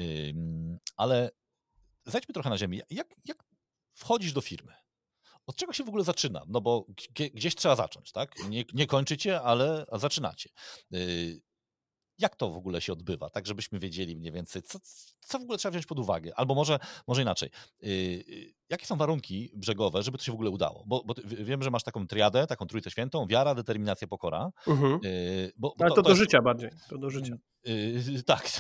Ale zejdźmy trochę na ziemię. Jak wchodzisz do firmy? Od czego się w ogóle zaczyna? No bo gdzieś trzeba zacząć, tak? Nie kończycie, ale zaczynacie. Jak to w ogóle się odbywa? Tak, żebyśmy wiedzieli mniej więcej, co w ogóle trzeba wziąć pod uwagę? Albo może inaczej. Jakie są warunki brzegowe, żeby to się w ogóle udało? Bo wiem, że masz taką triadę, taką trójcę świętą, wiara, determinacja, pokora. Ale to do życia bardziej. To do życia. Tak,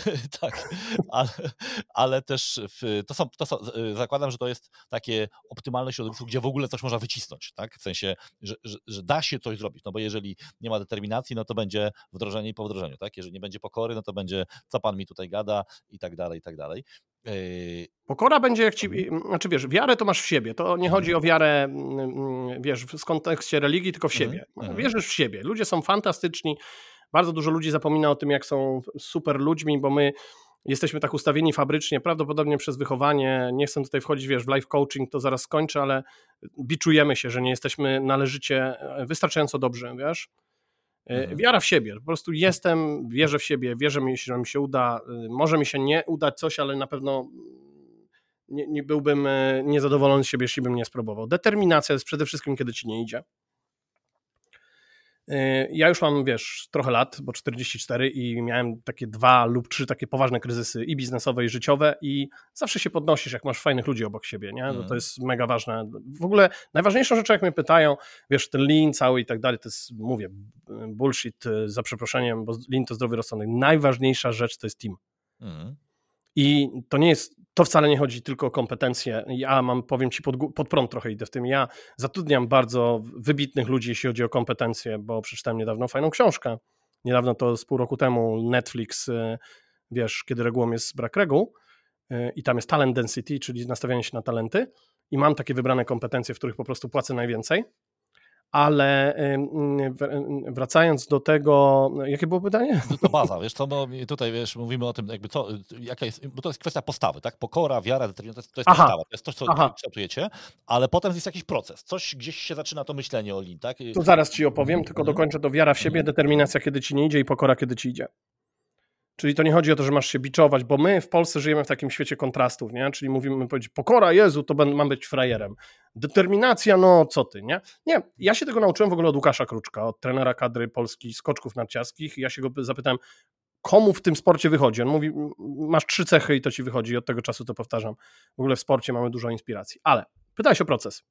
ale też zakładam, że to jest takie optymalne środowisko, gdzie w ogóle coś można wycisnąć, tak? W sensie, że da się coś zrobić, no bo jeżeli nie ma determinacji, no to będzie wdrożenie i po wdrożeniu, tak? Jeżeli nie będzie pokory, no to będzie, co pan mi tutaj gada i tak dalej, i tak dalej. Pokora będzie jak ci, znaczy wiesz, wiarę to masz w siebie, to nie chodzi o wiarę, wiesz, w kontekście religii, tylko w siebie. Wierzysz w siebie, ludzie są fantastyczni, bardzo dużo ludzi zapomina o tym, jak są super ludźmi, bo my jesteśmy tak ustawieni fabrycznie, prawdopodobnie przez wychowanie, nie chcę tutaj wchodzić, wiesz, w life coaching, to zaraz skończę, ale biczujemy się, że nie jesteśmy należycie, wystarczająco dobrzy, wiesz. Wiara w siebie, po prostu wierzę w siebie, wierzę, że mi się uda, może mi się nie udać coś, ale na pewno nie byłbym niezadowolony z siebie, jeśli bym nie spróbował. Determinacja jest przede wszystkim, kiedy ci nie idzie. Ja już mam, wiesz, trochę lat, bo 44 i miałem takie 2 lub 3 takie poważne kryzysy i biznesowe, i życiowe i zawsze się podnosisz, jak masz fajnych ludzi obok siebie, nie? To jest mega ważne. W ogóle najważniejszą rzeczą, jak mnie pytają, wiesz, ten lean cały i tak dalej, to jest, mówię, bullshit za przeproszeniem, bo lean to zdrowy rozsądek. Najważniejsza rzecz to jest team. I to wcale nie chodzi tylko o kompetencje. Ja powiem ci, pod prąd trochę idę w tym. Ja zatrudniam bardzo wybitnych ludzi, jeśli chodzi o kompetencje, bo przeczytałem niedawno fajną książkę. Niedawno, to z pół roku temu, Netflix, wiesz, kiedy regułą jest brak reguł i tam jest talent density, czyli nastawianie się na talenty i mam takie wybrane kompetencje, w których po prostu płacę najwięcej, Ale wracając do tego, jakie było pytanie? To baza, wiesz co, bo tutaj wiesz, mówimy o tym, jakby co, jaka jest, bo to jest kwestia postawy, tak? Pokora, wiara, determinacja, to jest postawa, to jest coś, co kształtujecie, ale potem jest jakiś proces, coś gdzieś się zaczyna to myślenie o Lean, tak? To zaraz ci opowiem, tylko dokończę to wiara w siebie, determinacja, kiedy ci nie idzie i pokora, kiedy ci idzie. Czyli to nie chodzi o to, że masz się biczować, bo my w Polsce żyjemy w takim świecie kontrastów, nie? Czyli mówimy, powiedzieć, pokora, Jezu, to mam być frajerem. Determinacja, no co ty, nie? Nie, ja się tego nauczyłem w ogóle od Łukasza Kruczka, od trenera kadry Polski skoczków narciarskich. Ja się go zapytałem, komu w tym sporcie wychodzi? On mówi, masz 3 cechy i to ci wychodzi i od tego czasu to powtarzam. W ogóle w sporcie mamy dużo inspiracji. Ale pytałeś o proces.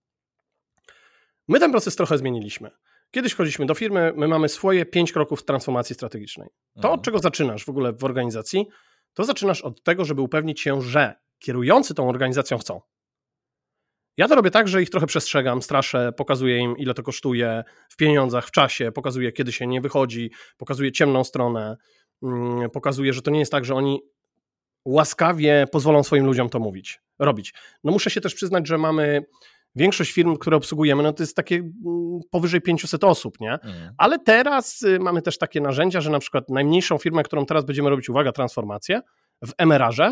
My ten proces trochę zmieniliśmy. Kiedyś wchodziliśmy do firmy, my mamy swoje 5 kroków transformacji strategicznej. To, od czego zaczynasz w ogóle w organizacji, to zaczynasz od tego, żeby upewnić się, że kierujący tą organizacją chcą. Ja to robię tak, że ich trochę przestrzegam, straszę, pokazuję im, ile to kosztuje w pieniądzach, w czasie, pokazuję, kiedy się nie wychodzi, pokazuję ciemną stronę, pokazuję, że to nie jest tak, że oni łaskawie pozwolą swoim ludziom to robić. No muszę się też przyznać, że mamy większość firm, które obsługujemy, no to jest takie powyżej 500 osób, nie? Ale teraz mamy też takie narzędzia, że na przykład najmniejszą firmę, którą teraz będziemy robić, uwaga, transformację, w MRR-ze,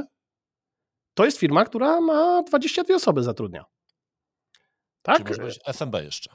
to jest firma, która ma 22 osoby zatrudnia. Tak? Czyli może być SMB jeszcze.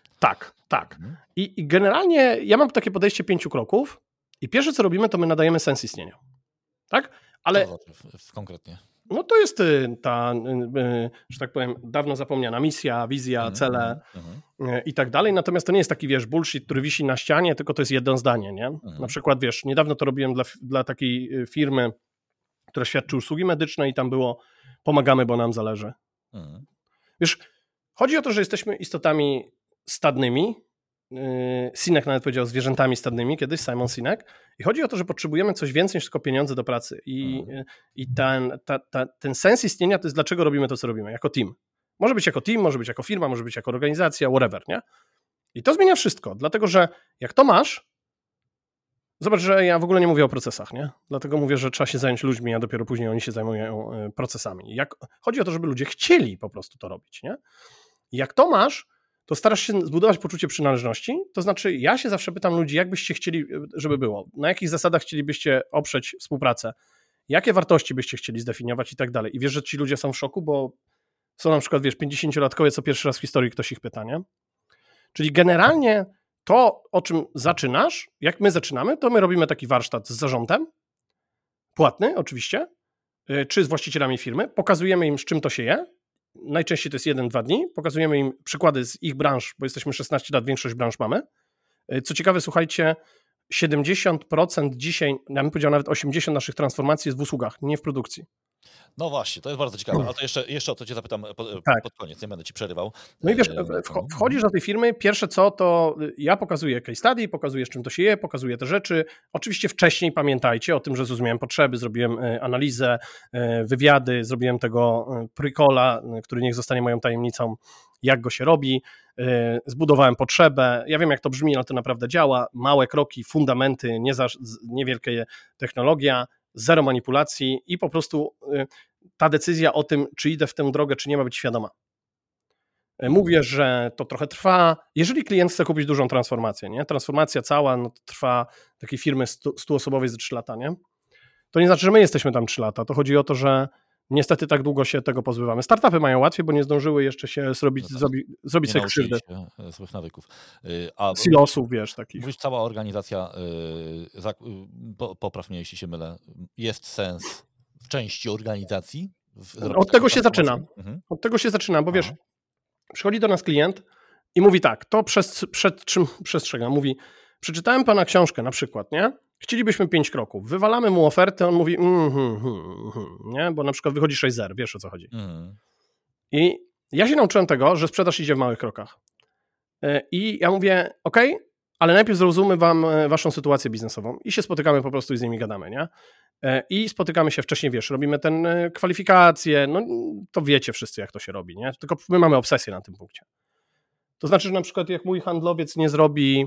Tak. I generalnie ja mam takie podejście 5 kroków i pierwsze, co robimy, to my nadajemy sens istnienia. Tak? Ale co to znaczy konkretnie? No to jest ta, że tak powiem, dawno zapomniana misja, wizja, cele i tak dalej. Natomiast to nie jest taki, wiesz, bullshit, który wisi na ścianie, tylko to jest jedno zdanie, nie? Na przykład, wiesz, niedawno to robiłem dla takiej firmy, która świadczy usługi medyczne i tam było pomagamy, bo nam zależy. Wiesz, chodzi o to, że jesteśmy istotami stadnymi. Sinek nawet powiedział zwierzętami stadnymi kiedyś, Simon Sinek. I chodzi o to, że potrzebujemy coś więcej niż tylko pieniądze do pracy. I ten sens istnienia to jest dlaczego robimy to, co robimy, jako team. Może być jako team, może być jako firma, może być jako organizacja, whatever, nie? I to zmienia wszystko, dlatego że jak to masz, zobacz, że ja w ogóle nie mówię o procesach, nie? Dlatego mówię, że trzeba się zająć ludźmi, a dopiero później oni się zajmują procesami. Chodzi o to, żeby ludzie chcieli po prostu to robić, nie? I jak to masz, to starasz się zbudować poczucie przynależności, to znaczy ja się zawsze pytam ludzi, jak byście chcieli, żeby było, na jakich zasadach chcielibyście oprzeć współpracę, jakie wartości byście chcieli zdefiniować i tak dalej. I wiesz, że ci ludzie są w szoku, bo są na przykład, wiesz, 50-latkowie, co pierwszy raz w historii ktoś ich pyta, nie? Czyli generalnie to, o czym zaczynasz, jak my zaczynamy, to my robimy taki warsztat z zarządem, płatny oczywiście, czy z właścicielami firmy, pokazujemy im, z czym to się je. Najczęściej to jest 1-2 dni, pokazujemy im przykłady z ich branż, bo jesteśmy 16 lat, większość branż mamy. Co ciekawe, słuchajcie, 70% dzisiaj, ja bym powiedział nawet 80% naszych transformacji jest w usługach, nie w produkcji. No właśnie, to jest bardzo ciekawe, ale to jeszcze o to cię zapytam pod koniec, nie będę ci przerywał. No i wiesz, wchodzisz do tej firmy, pierwsze co, to ja pokazuję case study, pokazuję, z czym to się je, pokazuję te rzeczy. Oczywiście wcześniej pamiętajcie o tym, że zrozumiałem potrzeby, zrobiłem analizę, wywiady, zrobiłem tego pre-calla, który niech zostanie moją tajemnicą, jak go się robi, zbudowałem potrzebę. Ja wiem, jak to brzmi, ale to naprawdę działa. Małe kroki, fundamenty, niewielkie technologia, zero manipulacji i po prostu ta decyzja o tym, czy idę w tę drogę, czy nie, ma być świadoma. Mówię, że to trochę trwa. Jeżeli klient chce kupić dużą transformację, nie? Transformacja cała no to trwa takiej firmy 100-osobowej za 3 lata, nie? To nie znaczy, że my jesteśmy tam 3 lata. To chodzi o to, że niestety tak długo się tego pozbywamy. Startupy mają łatwiej, bo nie zdążyły jeszcze się zrobić sobie krzywdy. Swoich nawyków. Silosów, wiesz, takich. Mówisz, cała organizacja, popraw mnie, jeśli się mylę, jest sens w części organizacji? Od tego się zaczyna. Od tego się zaczyna, bo wiesz, przychodzi do nas klient i mówi tak, to przed czym przestrzegam, mówi, przeczytałem pana książkę na przykład, nie? Chcielibyśmy 5 kroków. Wywalamy mu ofertę, on mówi nie? Bo na przykład wychodzi 6-0, wiesz o co chodzi. I ja się nauczyłem tego, że sprzedaż idzie w małych krokach. I ja mówię, ale najpierw zrozummy wam waszą sytuację biznesową i się spotykamy po prostu i z nimi gadamy, nie? I spotykamy się wcześniej, wiesz, robimy kwalifikacje, no to wiecie wszyscy, jak to się robi, nie? Tylko my mamy obsesję na tym punkcie. To znaczy, że na przykład jak mój handlowiec nie zrobi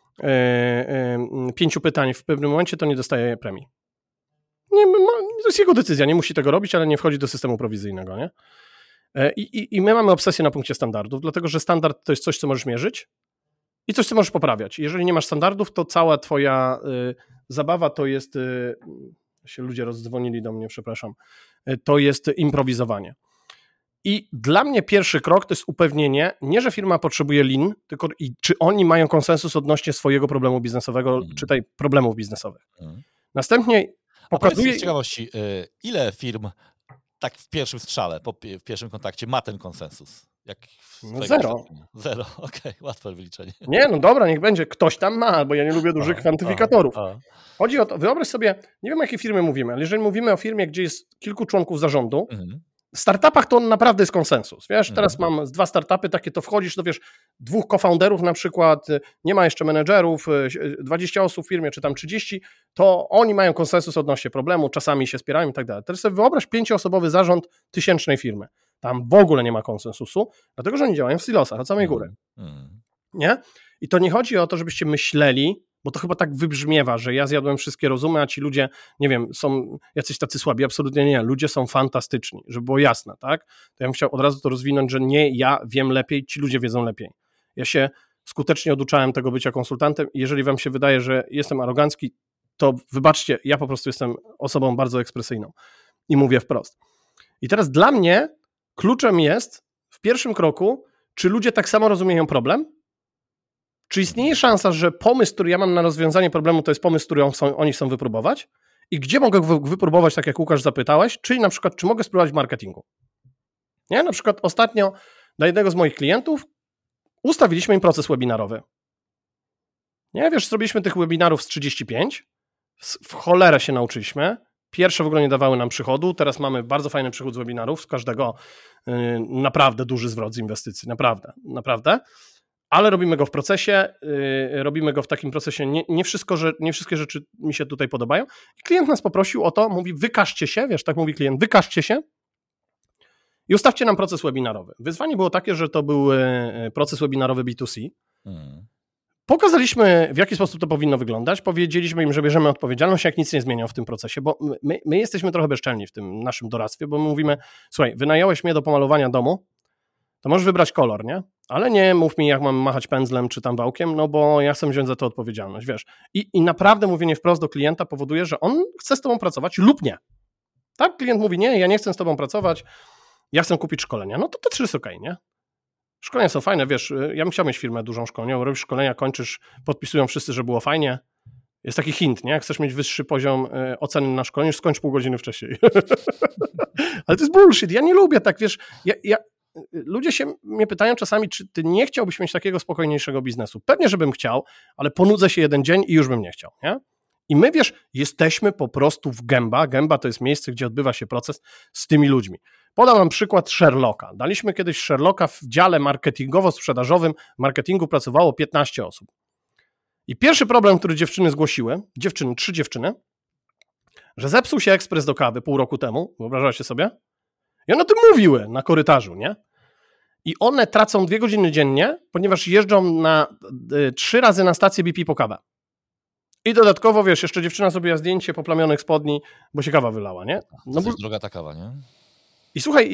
5 pytań w pewnym momencie, to nie dostaje premii. To jest jego decyzja, nie musi tego robić, ale nie wchodzi do systemu prowizyjnego, nie? I my mamy obsesję na punkcie standardów, dlatego że standard to jest coś, co możesz mierzyć, i coś, co możesz poprawiać. Jeżeli nie masz standardów, to cała twoja zabawa to jest, się ludzie rozdzwonili do mnie, przepraszam, to jest improwizowanie. I dla mnie pierwszy krok to jest upewnienie, nie, że firma potrzebuje lean, tylko czy oni mają konsensus odnośnie swojego problemu biznesowego, czytaj problemów biznesowych. Następnie pokazuję... Z ciekawości, ile firm tak w pierwszym strzale, w pierwszym kontakcie ma ten konsensus? Zero. Zero, okej, łatwe wyliczenie. Nie, no dobra, niech będzie, ktoś tam ma, bo ja nie lubię dużych kwantyfikatorów. Chodzi o to, wyobraź sobie, nie wiem, o jakiej firmie mówimy, ale jeżeli mówimy o firmie, gdzie jest kilku członków zarządu, w startupach to naprawdę jest konsensus. Wiesz, teraz mam 2 startupy, takie to wchodzisz, to wiesz, 2 co-founderów na przykład, nie ma jeszcze menedżerów, 20 osób w firmie, czy tam 30, to oni mają konsensus odnośnie problemu, czasami się spierają i tak dalej. Teraz sobie wyobraź 5-osobowy zarząd 1000 firmy. Tam w ogóle nie ma konsensusu, dlatego że oni działają w silosach od samej góry. Nie? I to nie chodzi o to, żebyście myśleli, bo to chyba tak wybrzmiewa, że ja zjadłem wszystkie rozumy, a ci ludzie, nie wiem, są jacyś tacy słabi. Absolutnie nie. Ludzie są fantastyczni, żeby było jasne, tak? To ja bym chciał od razu to rozwinąć, że nie ja wiem lepiej, ci ludzie wiedzą lepiej. Ja się skutecznie oduczałem tego bycia konsultantem i jeżeli wam się wydaje, że jestem arogancki, to wybaczcie, ja po prostu jestem osobą bardzo ekspresyjną i mówię wprost. I teraz dla mnie kluczem jest w pierwszym kroku, czy ludzie tak samo rozumieją problem? Czy istnieje szansa, że pomysł, który ja mam na rozwiązanie problemu, to jest pomysł, który oni chcą wypróbować? I gdzie mogę go wypróbować, tak jak Łukasz zapytałeś? Czyli na przykład, czy mogę spróbować w marketingu? Nie? Na przykład ostatnio dla jednego z moich klientów ustawiliśmy im proces webinarowy. Nie? Wiesz, zrobiliśmy tych webinarów z 35, w cholerę się nauczyliśmy. Pierwsze w ogóle nie dawały nam przychodu, teraz mamy bardzo fajny przychód z webinarów, z każdego naprawdę duży zwrot z inwestycji, naprawdę. Ale robimy go w procesie, robimy go w takim procesie, nie wszystkie rzeczy mi się tutaj podobają. I klient nas poprosił o to, mówi wykażcie się, wiesz, tak mówi klient, wykażcie się i ustawcie nam proces webinarowy. Wyzwanie było takie, że to był proces webinarowy B2C. Pokazaliśmy, w jaki sposób to powinno wyglądać, powiedzieliśmy im, że bierzemy odpowiedzialność, jak nic nie zmienią w tym procesie, bo my jesteśmy trochę bezczelni w tym naszym doradztwie, bo my mówimy, słuchaj, wynająłeś mnie do pomalowania domu, to możesz wybrać kolor, nie? Ale nie mów mi, jak mam machać pędzlem czy tam wałkiem, no bo ja chcę wziąć za to odpowiedzialność, wiesz. I naprawdę mówienie wprost do klienta powoduje, że on chce z tobą pracować lub nie. Tak? Klient mówi, nie, ja nie chcę z tobą pracować, ja chcę kupić szkolenia. No to też jest okej, nie? Szkolenia są fajne, wiesz, ja bym chciał mieć firmę dużą szkoleniową, robisz szkolenia, kończysz, podpisują wszyscy, że było fajnie. Jest taki hint, nie? Jak chcesz mieć wyższy poziom oceny na szkoleniu, skończ pół godziny wcześniej. Ale to jest bullshit, ja nie lubię tak, wiesz, ludzie mnie pytają czasami, czy ty nie chciałbyś mieć takiego spokojniejszego biznesu. Pewnie, żebym chciał, ale ponudzę się jeden dzień i już bym nie chciał, nie? I my, wiesz, jesteśmy po prostu w Gęba. Gęba to jest miejsce, gdzie odbywa się proces z tymi ludźmi. Podam wam przykład Sherlocka. Daliśmy kiedyś Sherlocka w dziale marketingowo-sprzedażowym. W marketingu pracowało 15 osób. I pierwszy problem, który dziewczyny zgłosiły, 3 dziewczyny, że zepsuł się ekspres do kawy pół roku temu, wyobrażacie sobie? I one o tym mówiły na korytarzu, nie? I one tracą 2 godziny dziennie, ponieważ jeżdżą 3 razy na stację BP po kawę. I dodatkowo, wiesz, jeszcze dziewczyna zrobiła zdjęcie poplamionych spodni, bo się kawa wylała, nie? No bo droga ta kawa, nie? I słuchaj,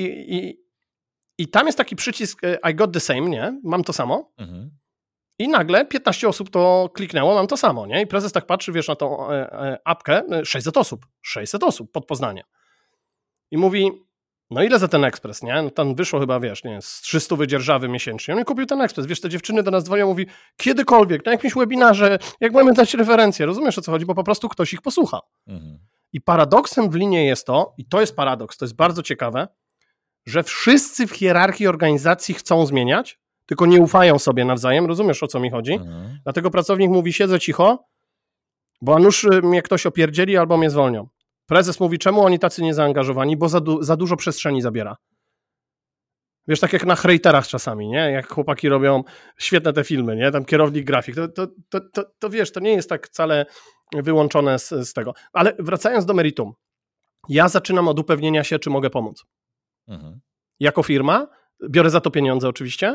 i tam jest taki przycisk I got the same, nie? Mam to samo. I nagle 15 osób to kliknęło, mam to samo, nie? I prezes tak patrzy, wiesz, na tą apkę, 600 osób pod Poznaniem. I mówi, no ile za ten ekspres, nie? No tam wyszło chyba, wiesz, nie, z 300 dzierżawy miesięcznie. On kupił ten ekspres, wiesz, te dziewczyny do nas dzwonią, mówi, kiedykolwiek, na jakimś webinarze, jak mamy dać referencję, rozumiesz, o co chodzi, bo po prostu ktoś ich posłuchał. I paradoksem w linie jest to, i to jest paradoks, to jest bardzo ciekawe, że wszyscy w hierarchii organizacji chcą zmieniać, tylko nie ufają sobie nawzajem, rozumiesz, o co mi chodzi? Dlatego pracownik mówi, siedzę cicho, bo a nuż mnie ktoś opierdzieli albo mnie zwolnią. Prezes mówi, czemu oni tacy niezaangażowani, bo za dużo przestrzeni zabiera. Wiesz, tak jak na hejterach czasami, nie? Jak chłopaki robią świetne te filmy, nie? Tam kierownik grafik, to wiesz, to nie jest tak wcale wyłączone z tego. Ale wracając do meritum, ja zaczynam od upewnienia się, czy mogę pomóc. Jako firma, biorę za to pieniądze oczywiście,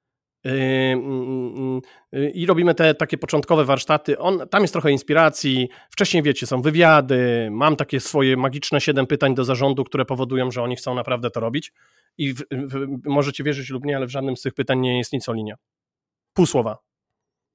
i robimy te takie początkowe warsztaty. Tam jest trochę inspiracji, wcześniej wiecie, są wywiady, mam takie swoje magiczne 7 pytań do zarządu, które powodują, że oni chcą naprawdę to robić i możecie wierzyć lub nie, ale w żadnym z tych pytań nie jest nic o linie. Pół słowa.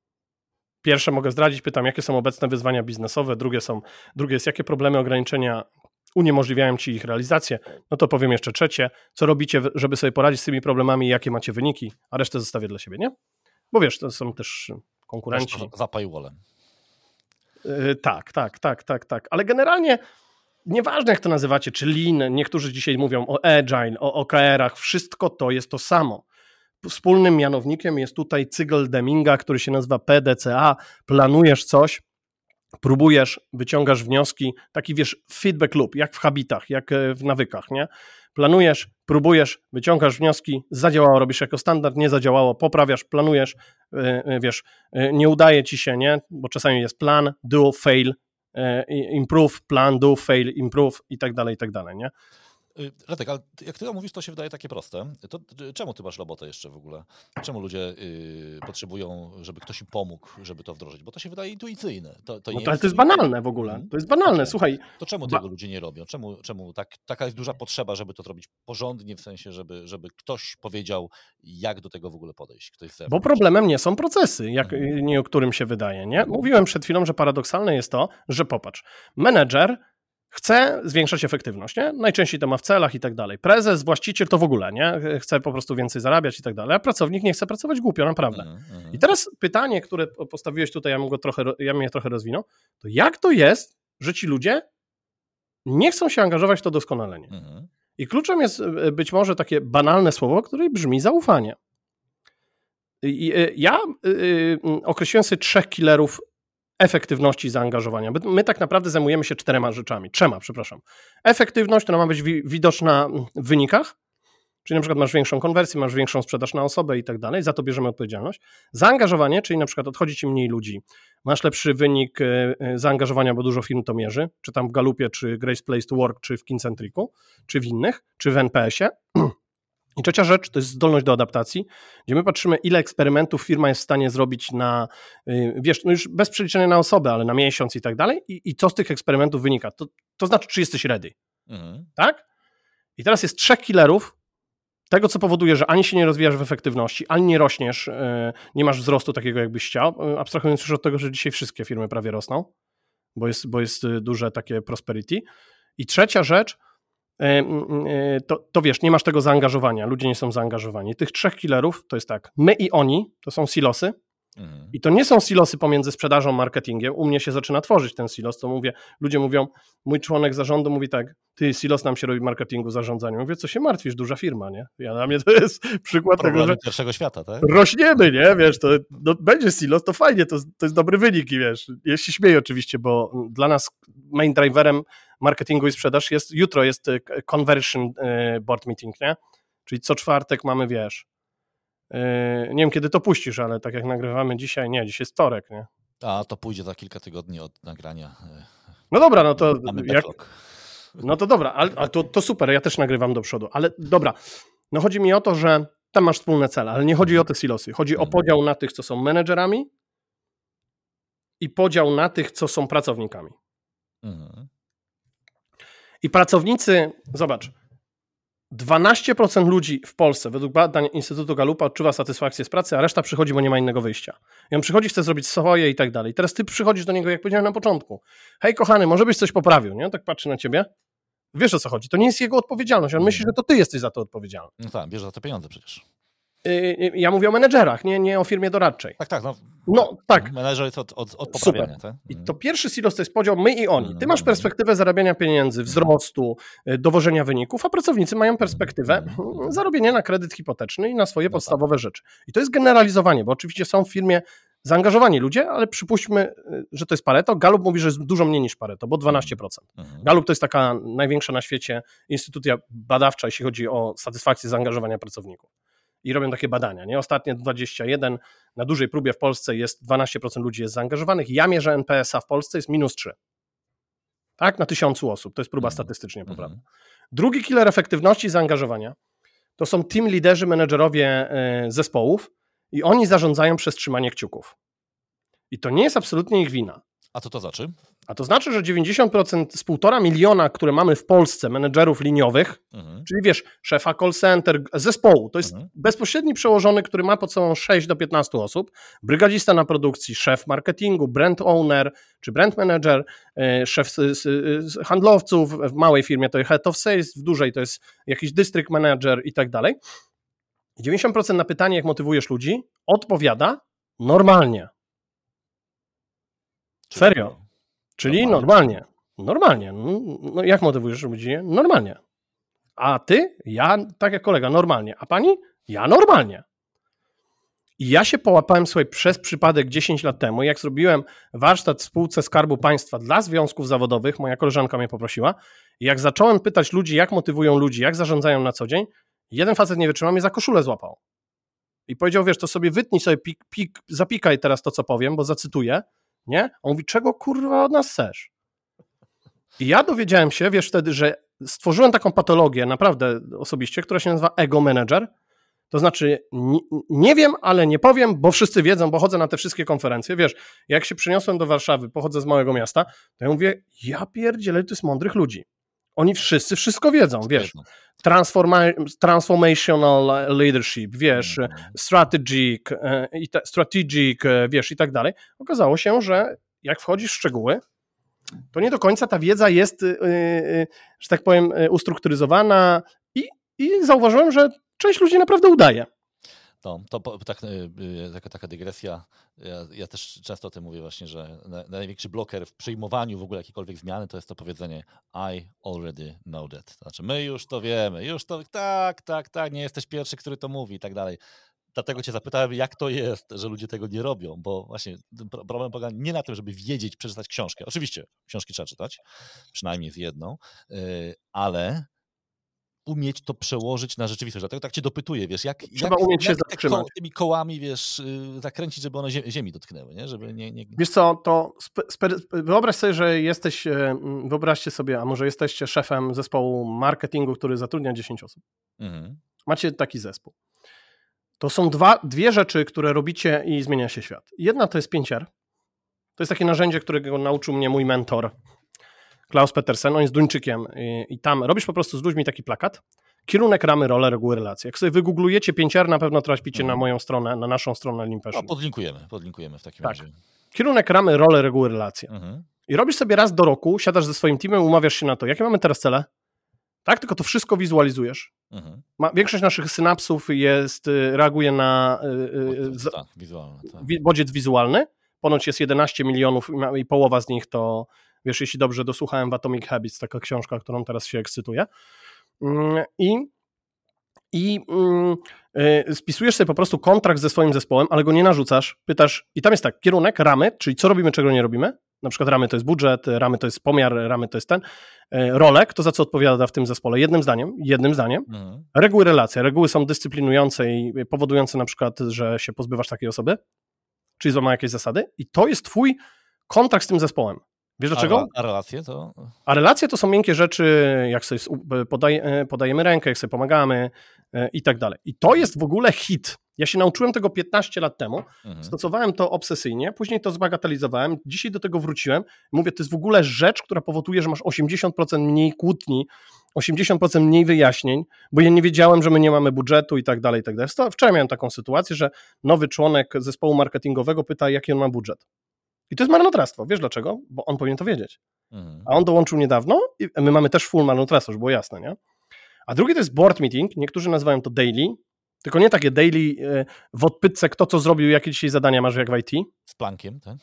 Pierwsze mogę zdradzić, pytam, jakie są obecne wyzwania biznesowe, drugie jest, jakie problemy, ograniczenia uniemożliwiają ci ich realizację, no to powiem jeszcze trzecie, co robicie, żeby sobie poradzić z tymi problemami, jakie macie wyniki, a resztę zostawię dla siebie, nie? Bo wiesz, to są też konkurenci. Za paywallem. Tak, ale generalnie nieważne jak to nazywacie, czy Lean, niektórzy dzisiaj mówią o Agile, o OKR-ach, wszystko to jest to samo. Wspólnym mianownikiem jest tutaj cykl Deminga, który się nazywa PDCA, planujesz coś, próbujesz, wyciągasz wnioski, taki wiesz, feedback loop, jak w habitach, jak w nawykach, nie? Planujesz, próbujesz, wyciągasz wnioski, zadziałało, robisz jako standard, nie zadziałało, poprawiasz, planujesz, wiesz, nie udaje ci się, nie? Bo czasami jest plan, do, fail, improve, plan, do, fail, improve i tak dalej, nie? Radek, ale jak ty to mówisz, to się wydaje takie proste. To czemu ty masz robotę jeszcze w ogóle? Czemu ludzie potrzebują, żeby ktoś im pomógł, żeby to wdrożyć? Bo to się wydaje intuicyjne. Ale to jest banalne w ogóle. To jest banalne, słuchaj. To czemu tego ludzie nie robią? Czemu taka jest duża potrzeba, żeby to zrobić porządnie, w sensie, żeby ktoś powiedział, jak do tego w ogóle podejść? Bo problemem nie są procesy, jak niektórym się wydaje, nie? Mówiłem przed chwilą, że paradoksalne jest to, że popatrz, menedżer chce zwiększać efektywność, nie? Najczęściej to ma w celach i tak dalej. Prezes, właściciel to w ogóle, nie? Chce po prostu więcej zarabiać i tak dalej, a pracownik nie chce pracować głupio, naprawdę. I teraz pytanie, które postawiłeś tutaj, ja mnie trochę rozwinął, to jak to jest, że ci ludzie nie chcą się angażować w to doskonalenie? I kluczem jest być może takie banalne słowo, które brzmi zaufanie. Ja określiłem sobie 3 killerów efektywności i zaangażowania. My tak naprawdę zajmujemy się 3 rzeczami. Efektywność, która ma być widoczna w wynikach, czyli na przykład masz większą konwersję, masz większą sprzedaż na osobę i tak dalej, za to bierzemy odpowiedzialność. Zaangażowanie, czyli na przykład odchodzi ci mniej ludzi, masz lepszy wynik zaangażowania, bo dużo firm to mierzy, czy tam w Galupie, czy Great Place to Work, czy w Kincentricu, czy w innych, czy w NPS-ie. I trzecia rzecz to jest zdolność do adaptacji, gdzie my patrzymy, ile eksperymentów firma jest w stanie zrobić na, wiesz, no już bez przeliczenia na osobę, ale na miesiąc i tak dalej, i co z tych eksperymentów wynika. To znaczy, czy jesteś ready. Tak? I teraz jest 3 killerów tego, co powoduje, że ani się nie rozwijasz w efektywności, ani nie rośniesz, nie masz wzrostu takiego, jakbyś chciał, abstrahując już od tego, że dzisiaj wszystkie firmy prawie rosną, bo jest duże takie prosperity. I trzecia rzecz, to wiesz, nie masz tego zaangażowania, ludzie nie są zaangażowani. Tych 3 killerów to jest tak, my i oni, to są silosy i to nie są silosy pomiędzy sprzedażą, marketingiem, u mnie się zaczyna tworzyć ten silos, to mówię, ludzie mówią, mój członek zarządu mówi tak, ty silos nam się robi w marketingu, zarządzaniu, mówię, co się martwisz, duża firma, nie? Dla mnie to jest przykład tego, że pierwszego świata, tak? Rośniemy, nie? Wiesz, to będzie silos, to fajnie, to jest dobry wynik i wiesz, ja się śmieję oczywiście, bo dla nas main driverem marketingu i sprzedaż jutro jest conversion board meeting, nie? Czyli co czwartek mamy, wiesz, nie wiem kiedy to puścisz, ale tak jak nagrywamy dzisiaj, dzisiaj jest wtorek, nie? A to pójdzie za kilka tygodni od nagrania. No dobra, no to mamy backlog. No to dobra, ale to super, ja też nagrywam do przodu, ale dobra, no chodzi mi o to, że tam masz wspólne cele, ale nie chodzi o te silosy, chodzi o podział na tych, co są menedżerami i podział na tych, co są pracownikami. I pracownicy, zobacz, 12% ludzi w Polsce według badań Instytutu Galupa odczuwa satysfakcję z pracy, a reszta przychodzi, bo nie ma innego wyjścia. I on przychodzi, chce zrobić swoje i tak dalej. Teraz ty przychodzisz do niego, jak powiedziałem na początku. Hej kochany, może byś coś poprawił, nie? Tak patrzy na ciebie. Wiesz, o co chodzi. To nie jest jego odpowiedzialność. On myśli, że to ty jesteś za to odpowiedzialny. No tak, bierze za te pieniądze przecież. Ja mówię o menedżerach, nie o firmie doradczej. Tak. No tak. Menedżer jest od poprawiania. Tak? I to pierwszy silos to jest podział my i oni. Ty masz perspektywę zarabiania pieniędzy, wzrostu, dowożenia wyników, a pracownicy mają perspektywę zarobienia na kredyt hipoteczny i na swoje podstawowe rzeczy. I to jest generalizowanie, bo oczywiście są w firmie zaangażowani ludzie, ale przypuśćmy, że to jest Pareto. Gallup mówi, że jest dużo mniej niż Pareto, bo 12%. Gallup to jest taka największa na świecie instytucja badawcza, jeśli chodzi o satysfakcję zaangażowania pracowników. I robią takie badania. Nie? Ostatnie 21 na dużej próbie w Polsce jest 12% ludzi jest zaangażowanych. Ja mierzę NPS-a w Polsce jest -3. Tak? Na 1000 osób. To jest próba statystycznie poprawna. Drugi killer efektywności i zaangażowania to są team liderzy, menedżerowie zespołów i oni zarządzają przez trzymanie kciuków. I to nie jest absolutnie ich wina. A co to znaczy? A to znaczy, że 90% z 1,5 miliona, które mamy w Polsce, menedżerów liniowych, czyli wiesz, szefa call center, zespołu, to jest bezpośredni przełożony, który ma pod sobą 6 do 15 osób, brygadzista na produkcji, szef marketingu, brand owner, czy brand manager, szef handlowców, w małej firmie to jest head of sales, w dużej to jest jakiś district manager i tak dalej. 90% na pytanie, jak motywujesz ludzi, odpowiada normalnie. Serio. Czyli normalnie. Normalnie. No jak motywujesz ludzi? Normalnie. A ty? Ja, tak jak kolega, normalnie. A pani? Ja normalnie. I ja się połapałem, słuchaj, przez przypadek 10 lat temu, jak zrobiłem warsztat w spółce Skarbu Państwa dla związków zawodowych, moja koleżanka mnie poprosiła, i jak zacząłem pytać ludzi, jak motywują ludzi, jak zarządzają na co dzień, jeden facet nie wytrzymał, mnie za koszulę złapał. I powiedział, wiesz, to sobie wytnij sobie, zapikaj teraz to, co powiem, bo zacytuję, nie? On mówi, czego kurwa od nas chcesz? I ja dowiedziałem się, wiesz, wtedy, że stworzyłem taką patologię, naprawdę osobiście, która się nazywa ego manager. To znaczy, nie wiem, ale nie powiem, bo wszyscy wiedzą, bo chodzę na te wszystkie konferencje. Wiesz, jak się przeniosłem do Warszawy, pochodzę z małego miasta, to ja mówię, ja pierdzielę, to jest mądrych ludzi. Oni wszyscy wszystko wiedzą, wiesz. Transformational leadership, wiesz, strategic, wiesz, i tak dalej. Okazało się, że jak wchodzisz w szczegóły, to nie do końca ta wiedza jest, że tak powiem, ustrukturyzowana i zauważyłem, że część ludzi naprawdę udaje. Taka dygresja. Ja też często o tym mówię właśnie, że największy bloker w przyjmowaniu w ogóle jakiejkolwiek zmiany to jest to powiedzenie I already know that. To znaczy my już to wiemy, już to tak, nie jesteś pierwszy, który to mówi i tak dalej. Dlatego cię zapytałem, jak to jest, że ludzie tego nie robią, bo właśnie problem polega nie na tym, żeby wiedzieć, przeczytać książkę. Oczywiście książki trzeba czytać, przynajmniej z jedną, ale umieć to przełożyć na rzeczywistość. Dlatego tak cię dopytuję, wiesz, jak umieć się zatrzymać. Tymi kołami, wiesz, zakręcić, żeby one ziemi dotknęły, nie? Żeby nie... Wiesz co, to wyobraź sobie, że wyobraźcie sobie, a może jesteście szefem zespołu marketingu, który zatrudnia 10 osób. Macie taki zespół. To są dwie rzeczy, które robicie i zmienia się świat. Jedna to jest 5R. To jest takie narzędzie, którego nauczył mnie mój mentor, Klaus Petersen, on jest Duńczykiem i tam robisz po prostu z ludźmi taki plakat, kierunek, ramy, role, reguły, relacje. Jak sobie wygooglujecie 5R, na pewno traficie na moją stronę, na naszą stronę Lean-Passion. No, podlinkujemy w takim razie. Kierunek, ramy, role, reguły, relacje. I robisz sobie raz do roku, siadasz ze swoim teamem, umawiasz się na to, jakie mamy teraz cele, tak? Tylko to wszystko wizualizujesz. Większość naszych synapsów reaguje na bodziec wizualny. Ponoć jest 11 milionów i połowa z nich to, wiesz, jeśli dobrze dosłuchałem, w Atomic Habits, taka książka, którą teraz się ekscytuję. Spisujesz sobie po prostu kontrakt ze swoim zespołem, ale go nie narzucasz, pytasz i tam jest tak, kierunek, ramy, czyli co robimy, czego nie robimy, na przykład ramy to jest budżet, ramy to jest pomiar, ramy to jest role, kto za co odpowiada w tym zespole, jednym zdaniem. Reguły, relacje, reguły są dyscyplinujące i powodujące na przykład, że się pozbywasz takiej osoby, czyli złamał jakieś zasady i to jest twój kontrakt z tym zespołem. Wiesz dlaczego? A relacje to? A relacje to są miękkie rzeczy, jak sobie podajemy rękę, jak sobie pomagamy i tak dalej. I to jest w ogóle hit. Ja się nauczyłem tego 15 lat temu, stosowałem to obsesyjnie, później to zbagatelizowałem, dzisiaj do tego wróciłem. Mówię, to jest w ogóle rzecz, która powoduje, że masz 80% mniej kłótni, 80% mniej wyjaśnień, bo ja nie wiedziałem, że my nie mamy budżetu i tak dalej, i tak dalej. Wczoraj miałem taką sytuację, że nowy członek zespołu marketingowego pyta, jaki on ma budżet. I to jest marnotrawstwo. Wiesz dlaczego? Bo on powinien to wiedzieć. A on dołączył niedawno i my mamy też full marnotrawstwo, żeby było jasne, nie? A drugi to jest board meeting, niektórzy nazywają to daily, tylko nie takie daily w odpytce, kto co zrobił, jakie dzisiaj zadania masz jak w IT. Z plankiem, tak?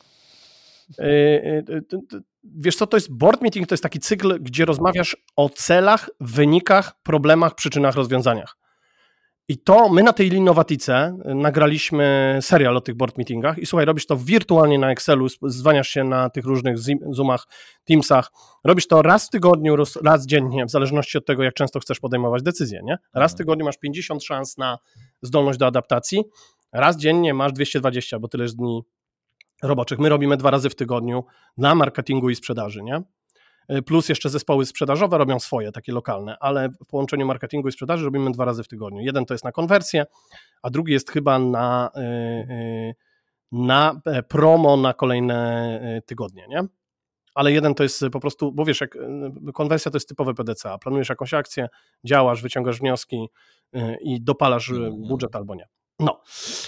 Wiesz co, to jest board meeting, to jest taki cykl, gdzie rozmawiasz o celach, wynikach, problemach, przyczynach, rozwiązaniach. I to my na tej Leanowatice nagraliśmy serial o tych board meetingach i słuchaj, robisz to wirtualnie na Excelu, zwaniasz się na tych różnych Zoomach, Teamsach, robisz to raz w tygodniu, raz dziennie, w zależności od tego, jak często chcesz podejmować decyzje, nie? Raz w tygodniu masz 50 szans na zdolność do adaptacji, raz dziennie masz 220, bo tyleż dni roboczych. My robimy 2 razy w tygodniu dla marketingu i sprzedaży, nie? Plus jeszcze zespoły sprzedażowe robią swoje, takie lokalne, ale w połączeniu marketingu i sprzedaży robimy 2 razy w tygodniu. Jeden to jest na konwersję, a drugi jest chyba na promo na kolejne tygodnie, nie? ale jeden to jest po prostu, bo wiesz, jak konwersja to jest typowe PDCA, planujesz jakąś akcję, działasz, wyciągasz wnioski i dopalasz budżet albo nie. No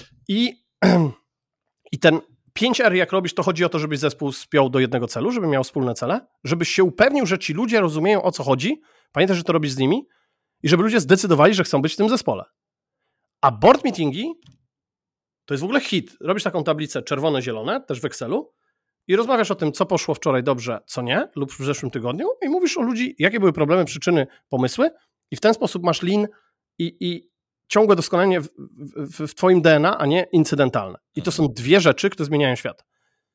i ten 5R jak robisz, to chodzi o to, żebyś zespół spiął do jednego celu, żeby miał wspólne cele, żebyś się upewnił, że ci ludzie rozumieją, o co chodzi, pamiętaj, że to robisz z nimi i żeby ludzie zdecydowali, że chcą być w tym zespole. A board meetingi to jest w ogóle hit. Robisz taką tablicę czerwone-zielone, też w Excelu i rozmawiasz o tym, co poszło wczoraj dobrze, co nie, lub w zeszłym tygodniu i mówisz o ludzi, jakie były problemy, przyczyny, pomysły i w ten sposób masz lean i ciągłe doskonalenie w twoim DNA, a nie incydentalne. I to są dwie rzeczy, które zmieniają świat.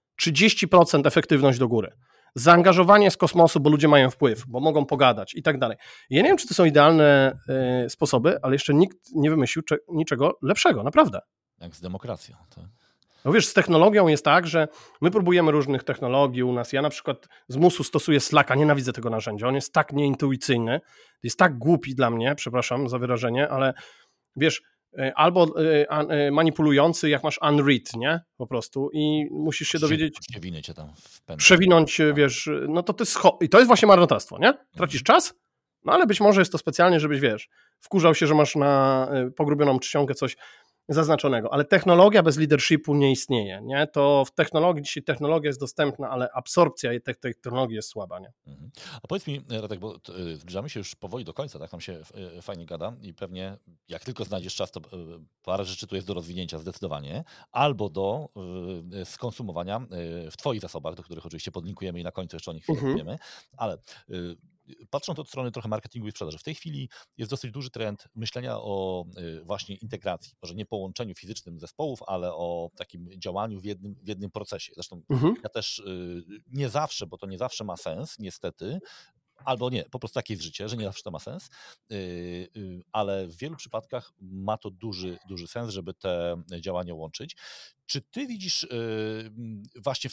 30% efektywność do góry. Zaangażowanie z kosmosu, bo ludzie mają wpływ, bo mogą pogadać i tak dalej. Ja nie wiem, czy to są idealne sposoby, ale jeszcze nikt nie wymyślił niczego lepszego, naprawdę. Jak z demokracją. Tak? No wiesz, z technologią jest tak, że my próbujemy różnych technologii u nas. Ja na przykład z musu stosuję Slacka, nienawidzę tego narzędzia. On jest tak nieintuicyjny, jest tak głupi dla mnie, przepraszam za wyrażenie, ale wiesz, albo manipulujący, jak masz unread, nie? Po prostu i musisz się dowiedzieć... Przewinąć cię tam w pętlę. Przewinąć, wiesz, no to jest... I to jest właśnie marnotrawstwo, nie? Tracisz czas, no ale być może jest to specjalnie, żebyś, wiesz, wkurzał się, że masz na pogrubioną czcionkę coś zaznaczonego, ale technologia bez leadershipu nie istnieje, nie? To w technologii, dzisiaj technologia jest dostępna, ale absorpcja tej technologii jest słaba, nie? A powiedz mi, Radek, bo zbliżamy się już powoli do końca, tak? Nam się fajnie gada i pewnie jak tylko znajdziesz czas, to parę rzeczy tu jest do rozwinięcia zdecydowanie, albo do skonsumowania w twoich zasobach, do których oczywiście podlinkujemy i na końcu jeszcze o nich chwilę powiemy, ale patrząc od strony trochę marketingu i sprzedaży, w tej chwili jest dosyć duży trend myślenia o właśnie integracji, może nie połączeniu fizycznym zespołów, ale o takim działaniu w jednym procesie. Zresztą ja też nie zawsze, bo to nie zawsze ma sens, niestety, albo nie, po prostu takie jest życie, że nie zawsze to ma sens, ale w wielu przypadkach ma to duży sens, żeby te działania łączyć. Czy ty widzisz właśnie w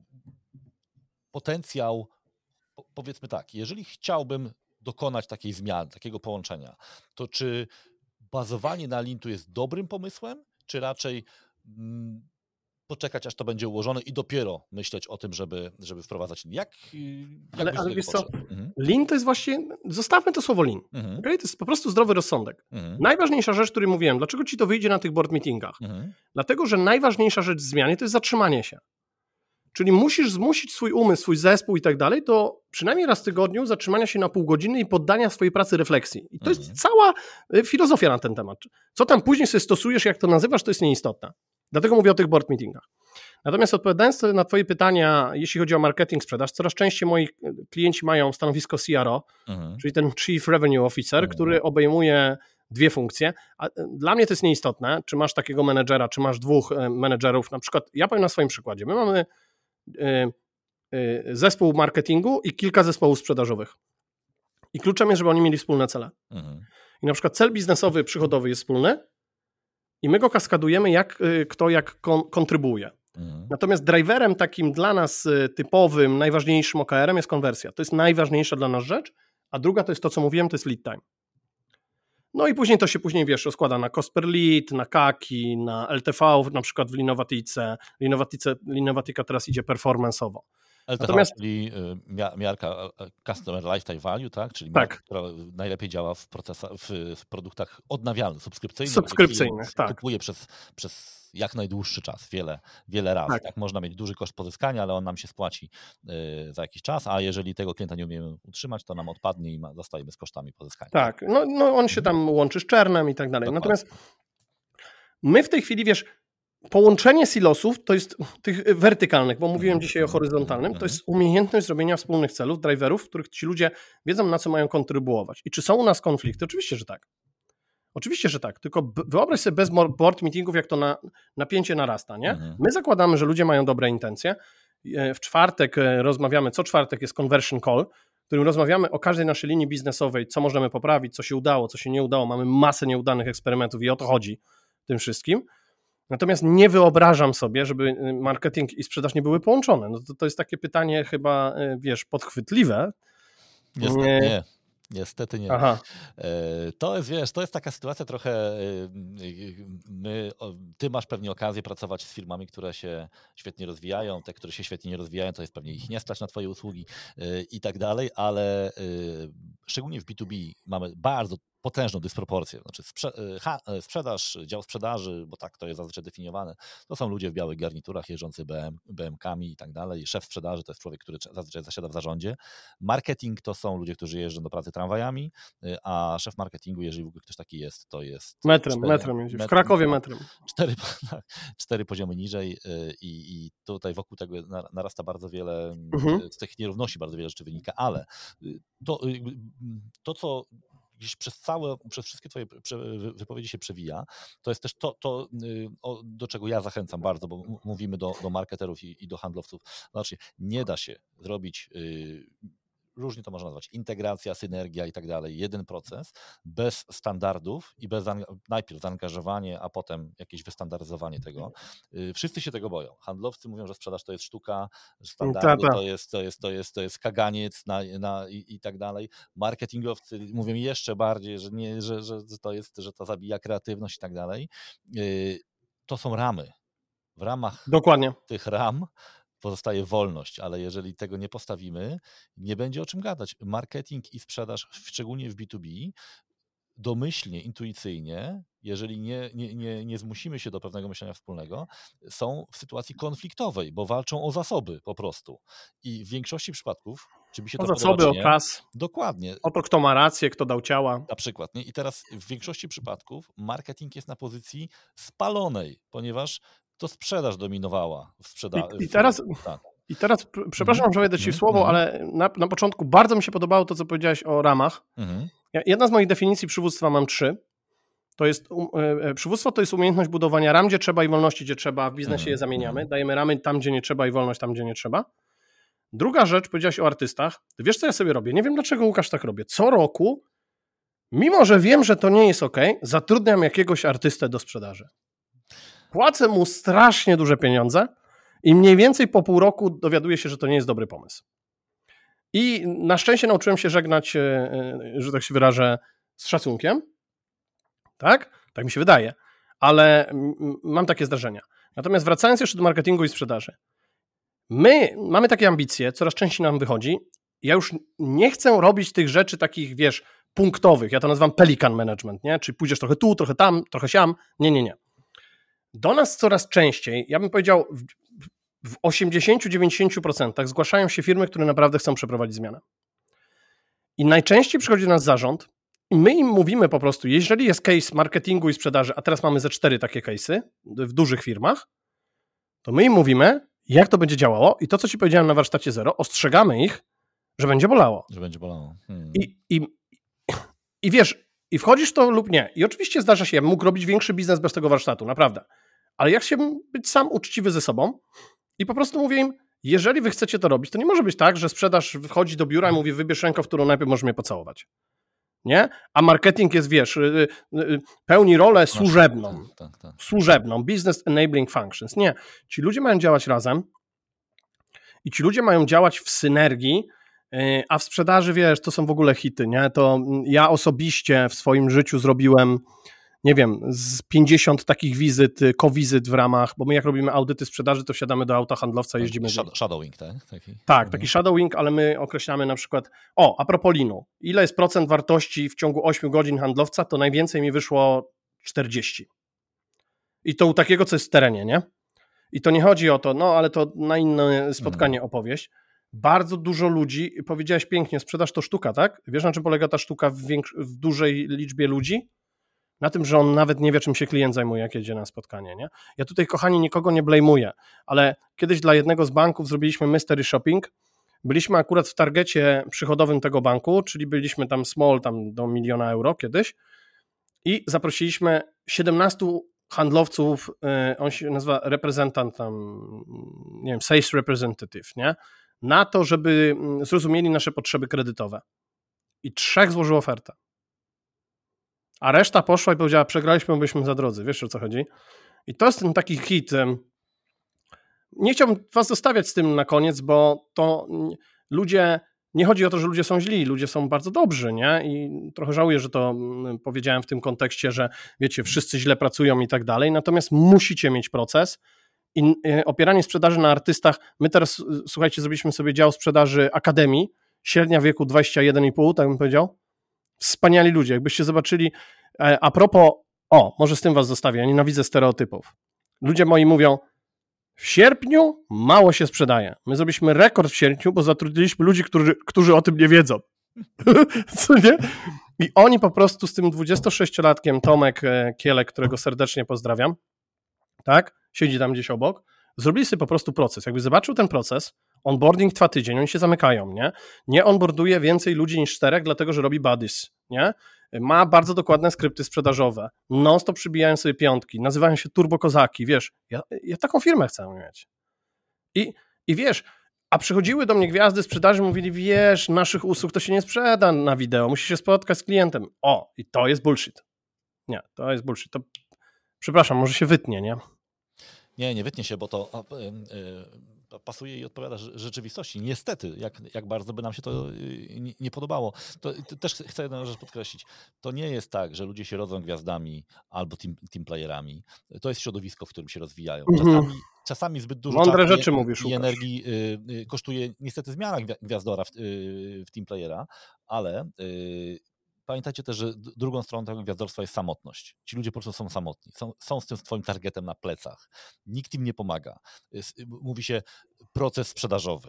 potencjał, powiedzmy tak, jeżeli chciałbym dokonać takiej zmiany, takiego połączenia, to czy bazowanie na Lean jest dobrym pomysłem, czy raczej poczekać, aż to będzie ułożone i dopiero myśleć o tym, żeby wprowadzać Lean? Ale wiesz co, Lean to jest właśnie, zostawmy to słowo Lean, okay? To jest po prostu zdrowy rozsądek. Najważniejsza rzecz, o której mówiłem, dlaczego ci to wyjdzie na tych board meetingach? Dlatego, że najważniejsza rzecz w zmianie to jest zatrzymanie się. Czyli musisz zmusić swój umysł, swój zespół i tak dalej do przynajmniej raz w tygodniu zatrzymania się na pół godziny i poddania swojej pracy refleksji. I to jest cała filozofia na ten temat. Co tam później sobie stosujesz, jak to nazywasz, to jest nieistotne. Dlatego mówię o tych board meetingach. Natomiast odpowiadając na twoje pytania, jeśli chodzi o marketing, sprzedaż, coraz częściej moi klienci mają stanowisko CRO, czyli ten Chief Revenue Officer, który obejmuje dwie funkcje. A dla mnie to jest nieistotne, czy masz takiego menedżera, czy masz dwóch menedżerów. Na przykład, ja powiem na swoim przykładzie, my mamy zespół marketingu i kilka zespołów sprzedażowych. I kluczem jest, żeby oni mieli wspólne cele. I na przykład cel biznesowy, przychodowy jest wspólny i my go kaskadujemy, kto jak kontrybuuje. Natomiast driverem takim dla nas typowym, najważniejszym OKR-em jest konwersja. To jest najważniejsza dla nas rzecz, a druga to jest to, co mówiłem, to jest lead time. No i później to się wiesz, rozkłada na cost per lead, na CAC-i, na LTV, na przykład w Linovatice. Linowatica teraz idzie performance'owo. LTV, natomiast, czyli miarka Customer Lifetime Value, tak? Czyli miarka, która najlepiej działa w produktach odnawialnych, subskrypcyjnych. Tak. Kupuje przez jak najdłuższy czas, wiele razy. Tak. Można mieć duży koszt pozyskania, ale on nam się spłaci za jakiś czas, a jeżeli tego klienta nie umiemy utrzymać, to nam odpadnie i zostajemy z kosztami pozyskania. Tak, no on się tam łączy z churnem i tak dalej. Dokładnie. Natomiast my w tej chwili, wiesz, połączenie silosów to jest tych wertykalnych, bo mówiłem dzisiaj o horyzontalnym, to jest umiejętność zrobienia wspólnych celów, driverów, w których ci ludzie wiedzą, na co mają kontrybuować. I czy są u nas konflikty? Oczywiście, że tak. Oczywiście, że tak, tylko wyobraź sobie bez board meetingów, jak to napięcie narasta, nie? My zakładamy, że ludzie mają dobre intencje. W czwartek rozmawiamy, co czwartek jest conversion call, w którym rozmawiamy o każdej naszej linii biznesowej, co możemy poprawić, co się udało, co się nie udało. Mamy masę nieudanych eksperymentów i o to chodzi tym wszystkim. Natomiast nie wyobrażam sobie, żeby marketing i sprzedaż nie były połączone. No to jest takie pytanie chyba, wiesz, podchwytliwe. Niestety nie. Niestety nie. Aha. To jest, wiesz, to jest taka sytuacja trochę, ty masz pewnie okazję pracować z firmami, które się świetnie rozwijają, te, które się świetnie nie rozwijają, to jest pewnie ich nie stać na twoje usługi i tak dalej, ale szczególnie w B2B mamy bardzo potężną dysproporcję. Znaczy sprzedaż, dział sprzedaży, bo tak to jest zazwyczaj definiowane, to są ludzie w białych garniturach jeżdżący BM-kami i tak dalej. Szef sprzedaży to jest człowiek, który zazwyczaj zasiada w zarządzie. Marketing to są ludzie, którzy jeżdżą do pracy tramwajami, a szef marketingu, jeżeli w ogóle ktoś taki jest, to jest... Metrem. W Krakowie metrem. 4 poziomy niżej i tutaj wokół tego narasta bardzo wiele, z tych nierówności bardzo wiele rzeczy wynika, ale to co gdzieś przez wszystkie twoje wypowiedzi się przewija, to jest też to do czego ja zachęcam bardzo, bo mówimy do marketerów i do handlowców. Znaczy, nie da się zrobić, różnie to można nazwać, integracja, synergia i tak dalej, jeden proces, bez standardów i bez najpierw zaangażowanie, a potem jakieś wystandaryzowanie tego. Wszyscy się tego boją. Handlowcy mówią, że sprzedaż to jest sztuka, że standardy to jest kaganiec i tak dalej. Marketingowcy mówią jeszcze bardziej, że to zabija kreatywność i tak dalej. To są ramy. W ramach Dokładnie. tych ram pozostaje wolność, ale jeżeli tego nie postawimy, nie będzie o czym gadać. Marketing i sprzedaż, szczególnie w B2B, domyślnie, intuicyjnie, jeżeli nie zmusimy się do pewnego myślenia wspólnego, są w sytuacji konfliktowej, bo walczą o zasoby po prostu. I w większości przypadków, czy mi się to zasoby, podoba, czy nie, o czas. Dokładnie. O to, kto ma rację, kto dał ciała. Na przykład. Nie? I teraz w większości przypadków marketing jest na pozycji spalonej, ponieważ to sprzedaż dominowała w sprzedaży. I teraz, przepraszam, że wejdę ci w słowo, ale na początku bardzo mi się podobało to, co powiedziałeś o ramach. Jedna z moich definicji przywództwa, mam 3. To jest, przywództwo to jest umiejętność budowania ram, gdzie trzeba i wolności, gdzie trzeba. W biznesie je zamieniamy. Dajemy ramy tam, gdzie nie trzeba i wolność tam, gdzie nie trzeba. Druga rzecz, powiedziałeś o artystach. Ty wiesz, co ja sobie robię? Nie wiem, dlaczego, Łukasz, tak robię. Co roku, mimo że wiem, że to nie jest okej, zatrudniam jakiegoś artystę do sprzedaży. Płacę mu strasznie duże pieniądze i mniej więcej po pół roku dowiaduję się, że to nie jest dobry pomysł. I na szczęście nauczyłem się żegnać, że tak się wyrażę, z szacunkiem. Tak? Tak mi się wydaje. Ale mam takie zdarzenia. Natomiast wracając jeszcze do marketingu i sprzedaży. My mamy takie ambicje, coraz częściej nam wychodzi. Ja już nie chcę robić tych rzeczy takich, wiesz, punktowych. Ja to nazywam pelican management, nie? Czyli pójdziesz trochę tu, trochę tam, trochę siam. Nie. Do nas coraz częściej, ja bym powiedział w 80-90% zgłaszają się firmy, które naprawdę chcą przeprowadzić zmianę. I najczęściej przychodzi do nas zarząd i my im mówimy po prostu, jeżeli jest case marketingu i sprzedaży, a teraz mamy ze 4 takie case'y w dużych firmach, to my im mówimy, jak to będzie działało i to, co ci powiedziałem na warsztacie zero, ostrzegamy ich, że będzie bolało. I wiesz, i wchodzisz w to lub nie. I oczywiście zdarza się, ja bym mógł robić większy biznes bez tego warsztatu, naprawdę. Ale ja chciałbym być sam uczciwy ze sobą i po prostu mówię im, jeżeli wy chcecie to robić, to nie może być tak, że sprzedaż wchodzi do biura i mówi, wybierz rękę, w którą najpierw możesz mnie pocałować. Nie? A marketing jest, wiesz, pełni rolę służebną. Tak. Służebną, business enabling functions. Nie. Ci ludzie mają działać razem i ci ludzie mają działać w synergii, a w sprzedaży, wiesz, to są w ogóle hity, nie? To ja osobiście w swoim życiu zrobiłem, nie wiem, z 50 takich wizyt, co-wizyt w ramach, bo my jak robimy audyty sprzedaży, to wsiadamy do auta handlowca, jeździmy. Shadowing, tak? Taki shadowing, ale my określamy na przykład, a propos linu, ile jest procent wartości w ciągu 8 godzin handlowca, to najwięcej mi wyszło 40. I to u takiego, co jest w terenie, nie? I to nie chodzi o to, ale to na inne spotkanie opowieść. Bardzo dużo ludzi, powiedziałeś pięknie, sprzedaż to sztuka, tak? Wiesz, na czym polega ta sztuka w dużej liczbie ludzi? Na tym, że on nawet nie wie, czym się klient zajmuje, jak jedzie na spotkanie, nie? Ja tutaj, kochani, nikogo nie blamuję, ale kiedyś dla jednego z banków zrobiliśmy mystery shopping. Byliśmy akurat w targecie przychodowym tego banku, czyli byliśmy tam small, tam do 1 000 000 euro kiedyś i zaprosiliśmy 17 handlowców, on się nazywa reprezentant tam, nie wiem, sales representative, nie? Na to, żeby zrozumieli nasze potrzeby kredytowe. I 3 złożyło ofertę. A reszta poszła i powiedziała, przegraliśmy, bo byliśmy za drodzy. Wiesz, o co chodzi? I to jest ten taki hit. Nie chciałbym was zostawiać z tym na koniec, bo to ludzie nie chodzi o to, że ludzie są źli, ludzie są bardzo dobrzy, nie? I trochę żałuję, że to powiedziałem w tym kontekście, że wiecie, wszyscy źle pracują i tak dalej, natomiast musicie mieć proces i opieranie sprzedaży na artystach. My teraz, słuchajcie, zrobiliśmy sobie dział sprzedaży akademii, średnia wieku 21,5, tak bym powiedział. Wspaniali ludzie, jakbyście zobaczyli, a propos, może z tym was zostawię, ja nienawidzę stereotypów. Ludzie moi mówią, w sierpniu mało się sprzedaje. My zrobiliśmy rekord w sierpniu, bo zatrudniliśmy ludzi, którzy o tym nie wiedzą. Co nie? I oni po prostu z tym 26-latkiem, Tomek Kielek, którego serdecznie pozdrawiam, tak, siedzi tam gdzieś obok, zrobili sobie po prostu proces. Jakby zobaczył ten proces, onboarding trwa tydzień, oni się zamykają, nie? Nie onboarduje więcej ludzi niż 4, dlatego że robi buddies, nie? Ma bardzo dokładne skrypty sprzedażowe, non-stop przybijają sobie piątki, nazywają się turbokozaki, wiesz, ja taką firmę chcę mieć. I wiesz, a przychodziły do mnie gwiazdy sprzedaży, mówili, wiesz, naszych usług to się nie sprzeda na wideo, musisz się spotkać z klientem. I to jest bullshit. Nie, to jest bullshit. To, przepraszam, może się wytnie, nie? Nie wytnie się, bo to pasuje i odpowiada rzeczywistości. Niestety, jak bardzo by nam się to nie podobało. To też chcę jedną rzecz podkreślić. To nie jest tak, że ludzie się rodzą gwiazdami albo teamplayerami. To jest środowisko, w którym się rozwijają. Czasami zbyt dużo mądre rzeczy mówisz, i energii kosztuje niestety zmiana gwiazdora w teamplayera, ale pamiętajcie też, że drugą stroną tego gwiazdorstwa jest samotność. Ci ludzie po prostu są samotni. Są z tym swoim targetem na plecach. Nikt im nie pomaga. Mówi się proces sprzedażowy.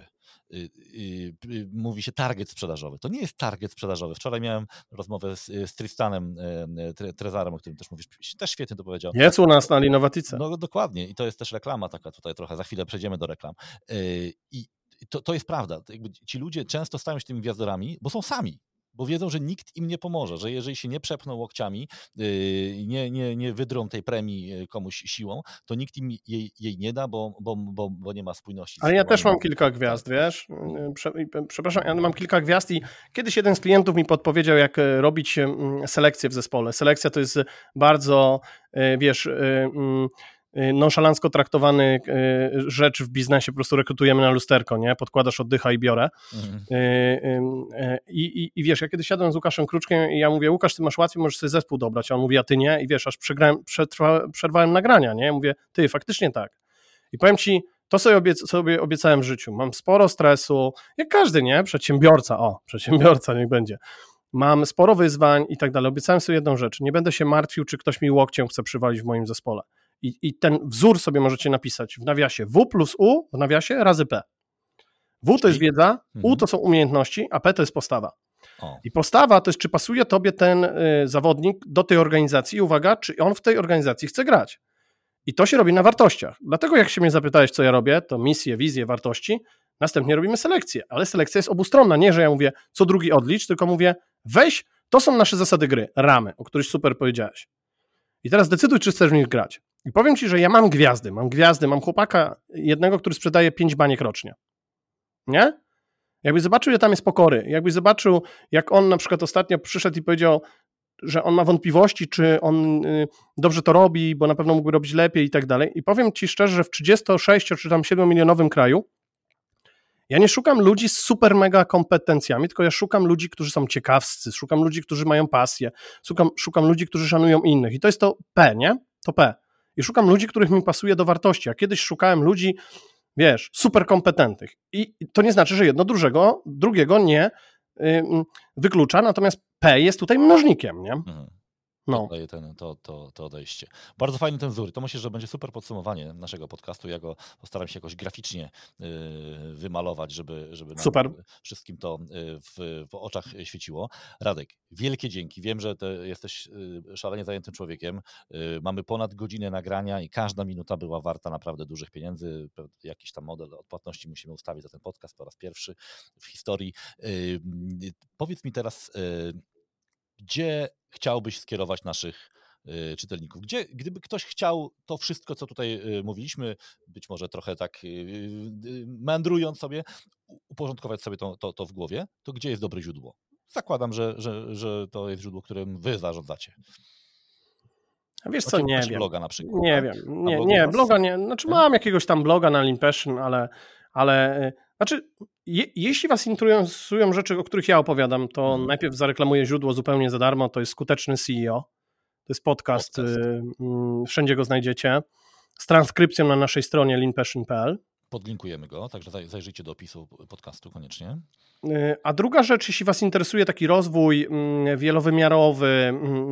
Mówi się target sprzedażowy. To nie jest target sprzedażowy. Wczoraj miałem rozmowę z Tristanem Trezarem, o którym też mówisz. Też świetnie to powiedział. Jest u nas na Linowatyce. No dokładnie. I to jest też reklama taka tutaj trochę. Za chwilę przejdziemy do reklam. I to jest prawda. Jakby ci ludzie często stają się tymi gwiazdorami, bo są sami. Bo wiedzą, że nikt im nie pomoże, że jeżeli się nie przepną łokciami, nie wydrą tej premii komuś siłą, to nikt im jej nie da, bo nie ma spójności. Ale ja też mam kilka gwiazd, wiesz? Przepraszam, ja mam kilka gwiazd i kiedyś jeden z klientów mi podpowiedział, jak robić selekcję w zespole. Selekcja to jest bardzo, wiesz, nonszalancko traktowany rzecz w biznesie, po prostu rekrutujemy na lusterko, nie? Podkładasz oddycha i biorę. I wiesz, ja kiedyś siadłem z Łukaszem Kruczkiem i ja mówię, Łukasz, ty masz łatwiej, możesz sobie zespół dobrać, a on mówi, a ty nie? I wiesz, aż przerwałem nagrania, nie? Mówię, ty, faktycznie tak. I powiem ci, to sobie obiecałem w życiu. Mam sporo stresu, jak każdy, nie? Przedsiębiorca niech będzie. Mam sporo wyzwań i tak dalej. Obiecałem sobie jedną rzecz, nie będę się martwił, czy ktoś mi łokciem chce przywalić w moim zespole. I ten wzór sobie możecie napisać w nawiasie W plus U, w nawiasie razy P. W to jest wiedza, U to są umiejętności, a P to jest postawa. I postawa to jest, czy pasuje tobie ten zawodnik do tej organizacji i uwaga, czy on w tej organizacji chce grać. I to się robi na wartościach. Dlatego jak się mnie zapytałeś, co ja robię, to misje, wizje, wartości, następnie robimy selekcję, ale selekcja jest obustronna, nie, że ja mówię, co drugi odlicz, tylko mówię, weź, to są nasze zasady gry, ramy, o których super powiedziałeś. I teraz decyduj, czy chcesz w nich grać. I powiem ci, że ja mam gwiazdy, mam chłopaka jednego, który sprzedaje 5 baniek rocznie. Nie? Jakbyś zobaczył, ile tam jest pokory, jakbyś zobaczył, jak on na przykład ostatnio przyszedł i powiedział, że on ma wątpliwości, czy on dobrze to robi, bo na pewno mógłby robić lepiej i tak dalej. I powiem ci szczerze, że w 36 czy tam 7-milionowym kraju ja nie szukam ludzi z super mega kompetencjami, tylko ja szukam ludzi, którzy są ciekawscy, szukam ludzi, którzy mają pasję, szukam ludzi, którzy szanują innych. I to jest to P, nie? To P. I szukam ludzi, których mi pasuje do wartości. A kiedyś szukałem ludzi, wiesz, super kompetentnych. I to nie znaczy, że jedno drugiego nie wyklucza, natomiast P jest tutaj mnożnikiem, nie? No. To odejście. Bardzo fajny ten wzór. To myślę, że będzie super podsumowanie naszego podcastu. Ja go postaram się jakoś graficznie wymalować, żeby super. Wszystkim to w oczach świeciło. Radek, wielkie dzięki. Wiem, że jesteś szalenie zajętym człowiekiem. Mamy ponad godzinę nagrania i każda minuta była warta naprawdę dużych pieniędzy. Jakiś tam model odpłatności musimy ustawić za ten podcast po raz pierwszy w historii. Powiedz mi teraz, gdzie chciałbyś skierować naszych czytelników? Gdyby ktoś chciał to wszystko, co tutaj mówiliśmy, być może trochę tak meandrując sobie, uporządkować sobie to w głowie, to gdzie jest dobre źródło? Zakładam, że to jest źródło, którym wy zarządzacie. Wiesz co, nie wiem. Bloga na przykład. Nie wiem. Nie, bloga nie. Znaczy mam jakiegoś tam bloga na Lean Passion, ale Znaczy, jeśli was interesują rzeczy, o których ja opowiadam, to najpierw zareklamuję źródło zupełnie za darmo, to jest Skuteczny CEO. To jest podcast. Wszędzie go znajdziecie, z transkrypcją na naszej stronie leanpassion.pl. Podlinkujemy go, także zajrzyjcie do opisu podcastu koniecznie. A druga rzecz, jeśli was interesuje taki rozwój wielowymiarowy,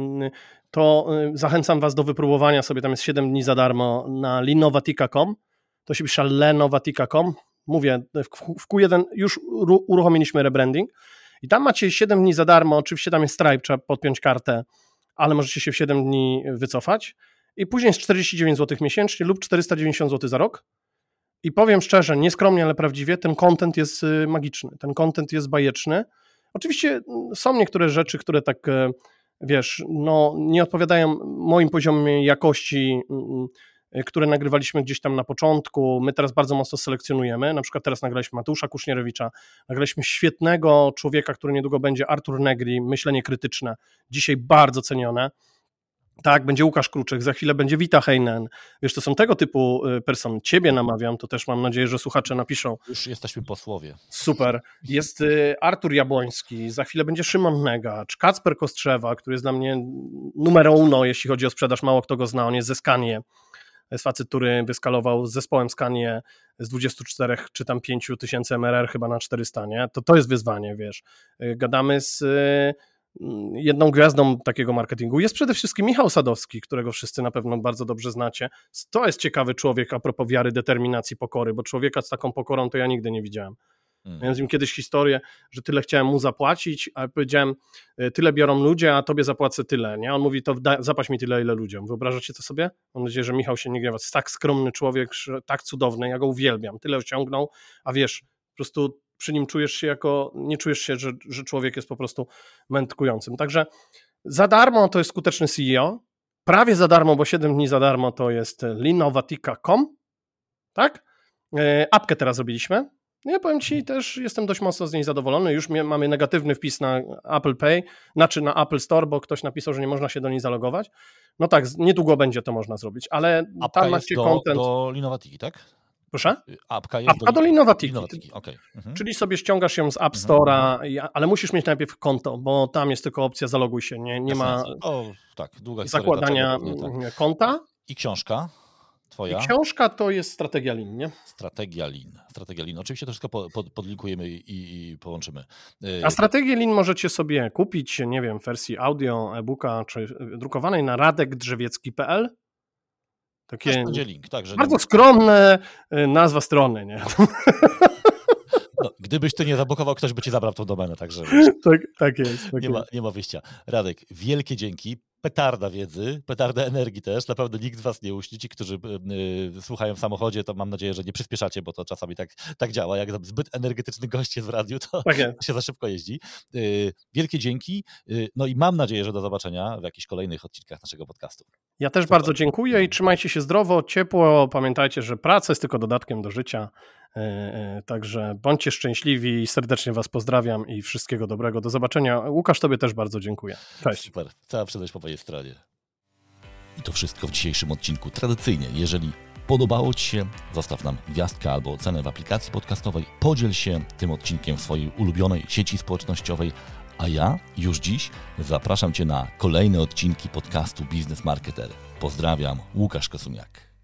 to zachęcam was do wypróbowania sobie, tam jest 7 dni za darmo na leanovatica.com, to się pisze leanovatica.com. Mówię, w Q1 już uruchomiliśmy rebranding i tam macie 7 dni za darmo, oczywiście tam jest Stripe, trzeba podpiąć kartę, ale możecie się w 7 dni wycofać i później jest 49 zł miesięcznie lub 490 zł za rok. I powiem szczerze, nieskromnie, ale prawdziwie, ten content jest magiczny, ten content jest bajeczny. Oczywiście są niektóre rzeczy, które tak, wiesz, no nie odpowiadają moim poziomie jakości, które nagrywaliśmy gdzieś tam na początku. My teraz bardzo mocno selekcjonujemy, na przykład teraz nagraliśmy Mateusza Kusznierewicza, nagraliśmy świetnego człowieka, który niedługo będzie, Artur Negri, Myślenie krytyczne, dzisiaj bardzo cenione. Tak, będzie Łukasz Kruczek, za chwilę będzie Wita Heinen. Wiesz, to są tego typu persony. Ciebie namawiam, to też mam nadzieję, że słuchacze napiszą. Już jesteśmy posłowie. Super. Jest Artur Jabłoński, za chwilę będzie Szymon Negacz, Kacper Kostrzewa, który jest dla mnie numero uno, jeśli chodzi o sprzedaż, mało kto go zna, on jest ze Scanie. To jest facet, który wyskalował z zespołem Scanie z 24 czy tam 5 tysięcy MRR chyba na 400, nie? To jest wyzwanie, wiesz. Gadamy z jedną gwiazdą takiego marketingu. Jest przede wszystkim Michał Sadowski, którego wszyscy na pewno bardzo dobrze znacie. To jest ciekawy człowiek a propos wiary, determinacji, pokory, bo człowieka z taką pokorą to ja nigdy nie widziałem. Miałem z nim kiedyś historię, że tyle chciałem mu zapłacić, a powiedziałem, tyle biorą ludzie, a tobie zapłacę tyle, nie? On mówi, to zapłać mi tyle, ile ludziom. Wyobrażacie to sobie? Mam nadzieję, że Michał się nie gniewa. Jest tak skromny człowiek, tak cudowny, ja go uwielbiam. Tyle osiągnął, a wiesz, po prostu przy nim czujesz się nie czujesz się, że człowiek jest po prostu mędrkującym. Także za darmo to jest Skuteczny CEO, prawie za darmo, bo 7 dni za darmo to jest leanovatica.com, tak? Apkę teraz robiliśmy. Ja powiem ci, też jestem dość mocno z niej zadowolony. Już mamy negatywny wpis na Apple Pay, znaczy na Apple Store, bo ktoś napisał, że nie można się do niej zalogować. No tak, niedługo będzie to można zrobić, ale apka tam macie content. Do Leanovatiki, tak? Proszę? Apka jest do Leanovatiki. Okay. Czyli sobie ściągasz ją z App Store'a, ale musisz mieć najpierw konto, bo tam jest tylko opcja zaloguj się, nie ma długa zakładania konta. I książka twoja? I książka to jest Strategia Lean, nie? Strategia Lean. Oczywiście to wszystko podlinkujemy i połączymy. A Strategię Lean możecie sobie kupić, nie wiem, w wersji audio, e-booka, czy drukowanej na radekdrzewiecki.pl. Takie będzie link, tak, że bardzo skromne nazwa strony, nie? No, gdybyś ty nie zablokował, ktoś by ci zabrał tą domenę, także tak jest. Nie ma wyjścia. Radek, wielkie dzięki. Petarda wiedzy, petarda energii też. Naprawdę nikt z was nie uśni. Ci, którzy słuchają w samochodzie, to mam nadzieję, że nie przyspieszacie, bo to czasami tak działa. Jak zbyt energetyczny gość jest w radiu, to się za szybko jeździ. Wielkie dzięki. No i mam nadzieję, że do zobaczenia w jakichś kolejnych odcinkach naszego podcastu. Ja też bardzo dziękuję i trzymajcie się zdrowo, ciepło. Pamiętajcie, że praca jest tylko dodatkiem do życia. Także bądźcie szczęśliwi i serdecznie was pozdrawiam i wszystkiego dobrego. Do zobaczenia. Łukasz, tobie też bardzo dziękuję. Cześć. Super. Cała przyjemność po mojej stronie. I to wszystko w dzisiejszym odcinku. Tradycyjnie, jeżeli podobało ci się, zostaw nam gwiazdkę albo ocenę w aplikacji podcastowej. Podziel się tym odcinkiem w swojej ulubionej sieci społecznościowej. A ja już dziś zapraszam cię na kolejne odcinki podcastu Biznes Marketer. Pozdrawiam, Łukasz Kosuniak.